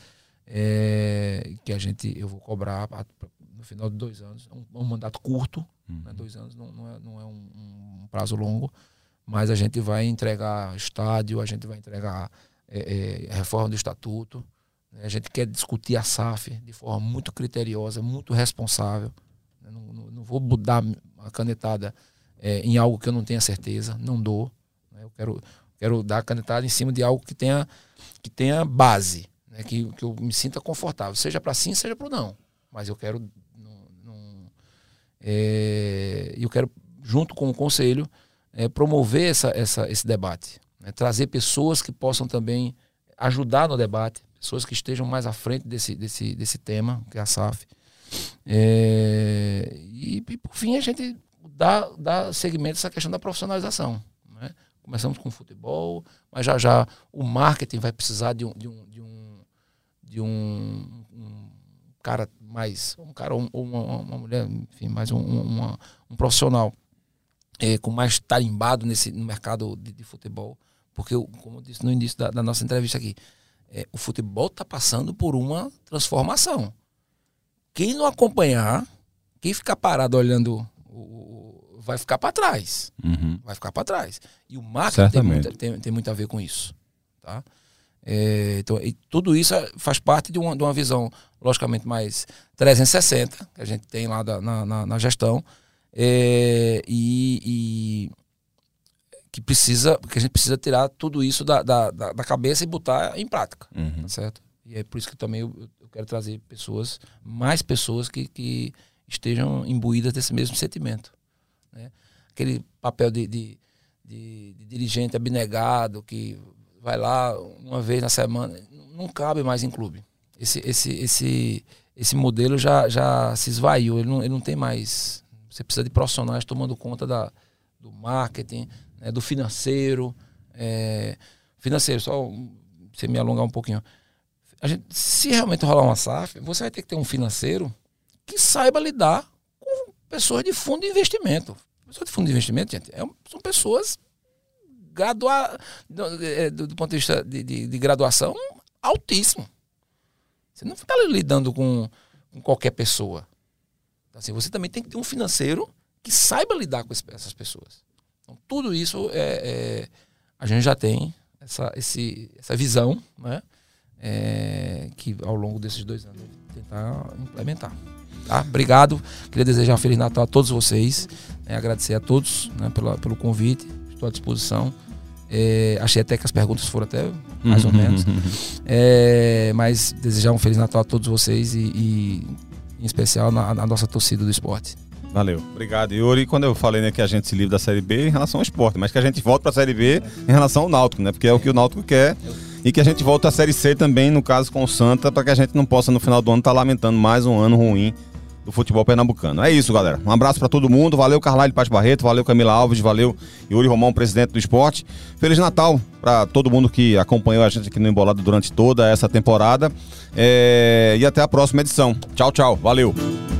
é, que a gente, eu vou cobrar no final de dois anos, um, um mandato curto, uhum. né, dois anos não, não é, não é um, um prazo longo, mas a gente vai entregar estádio, a gente vai entregar é, é, reforma do estatuto, A gente quer discutir a S A F de forma muito criteriosa, muito responsável. Eu não, não, não vou dar a canetada é, em algo que eu não tenha certeza, não dou. Né? Eu quero, quero dar a canetada em cima de algo que tenha, que tenha base, né? que, que eu me sinta confortável, seja para sim, seja para não. Mas eu quero, não, não, é, eu quero junto com o conselho, é, promover essa, essa, esse debate, né? Trazer pessoas que possam também ajudar no debate, pessoas que estejam mais à frente desse, desse, desse tema, que é a S A F. É, e, e, por fim, a gente dá, dá segmento a essa questão da profissionalização. Né? Começamos com o futebol, mas já já o marketing vai precisar de um, de um, de um, de um, um cara mais, um cara ou uma, uma mulher, enfim, mais um, uma, um profissional é, com mais tarimbado nesse, no mercado de, de futebol. Porque, como eu disse no início da, da nossa entrevista aqui, é, o futebol está passando por uma transformação. Quem não acompanhar, quem ficar parado olhando, o, o, vai ficar para trás. Uhum. Vai ficar para trás. E o marketing tem muito, tem, tem muito a ver com isso. Tá? É, então, e tudo isso faz parte de uma, de uma visão, logicamente, mais trezentos e sessenta, que a gente tem lá da, na, na, na gestão, é, e, e que, precisa, que a gente precisa tirar tudo isso da, da, da cabeça e botar em prática. Uhum. Tá certo? E é por isso que também eu, eu quero trazer pessoas, mais pessoas que, que estejam imbuídas desse mesmo sentimento. Né? Aquele papel de, de, de, de dirigente abnegado que vai lá uma vez na semana, não cabe mais em clube. Esse, esse, esse, esse modelo já, já se esvaiu, ele não, ele não tem mais. Você precisa de profissionais tomando conta da, do marketing, né, do financeiro. É, financeiro, só você me alongar um pouquinho. A gente, se realmente rolar uma S A F, você vai ter que ter um financeiro que saiba lidar com pessoas de fundo de investimento. Pessoas de fundo de investimento, gente, é, são pessoas gradua, do, do, do ponto de vista de, de, de graduação altíssimo. Você não está lidando com, com qualquer pessoa. Assim, você também tem que ter um financeiro que saiba lidar com essas pessoas. Então, tudo isso é, é, a gente já tem essa, esse, essa visão, né? É, que ao longo desses dois anos tentar implementar. Tá? Obrigado. Queria desejar um Feliz Natal a todos vocês. Né? Agradecer a todos, né, pela, pelo convite. Estou à disposição. É, achei até que as perguntas foram até mais ou menos. É, mas desejar um Feliz Natal a todos vocês e, e em especial na, na nossa torcida do esporte. Valeu. Obrigado, Yuri. Quando eu falei, né, que a gente se livra da Série B em relação ao esporte, mas que a gente volta para a Série B em relação ao Náutico, né? Porque é o que o Náutico quer. E que a gente volta à Série C também, no caso com o Santa, para que a gente não possa no final do ano estar tá lamentando mais um ano ruim do futebol pernambucano. É isso, galera. Um abraço para todo mundo. Valeu, Carlyle Paz Barreto. Valeu, Camila Alves. Valeu, Yuri Romão, presidente do esporte. Feliz Natal para todo mundo que acompanhou a gente aqui no Embolado durante toda essa temporada. É... E até a próxima edição. Tchau, tchau. Valeu.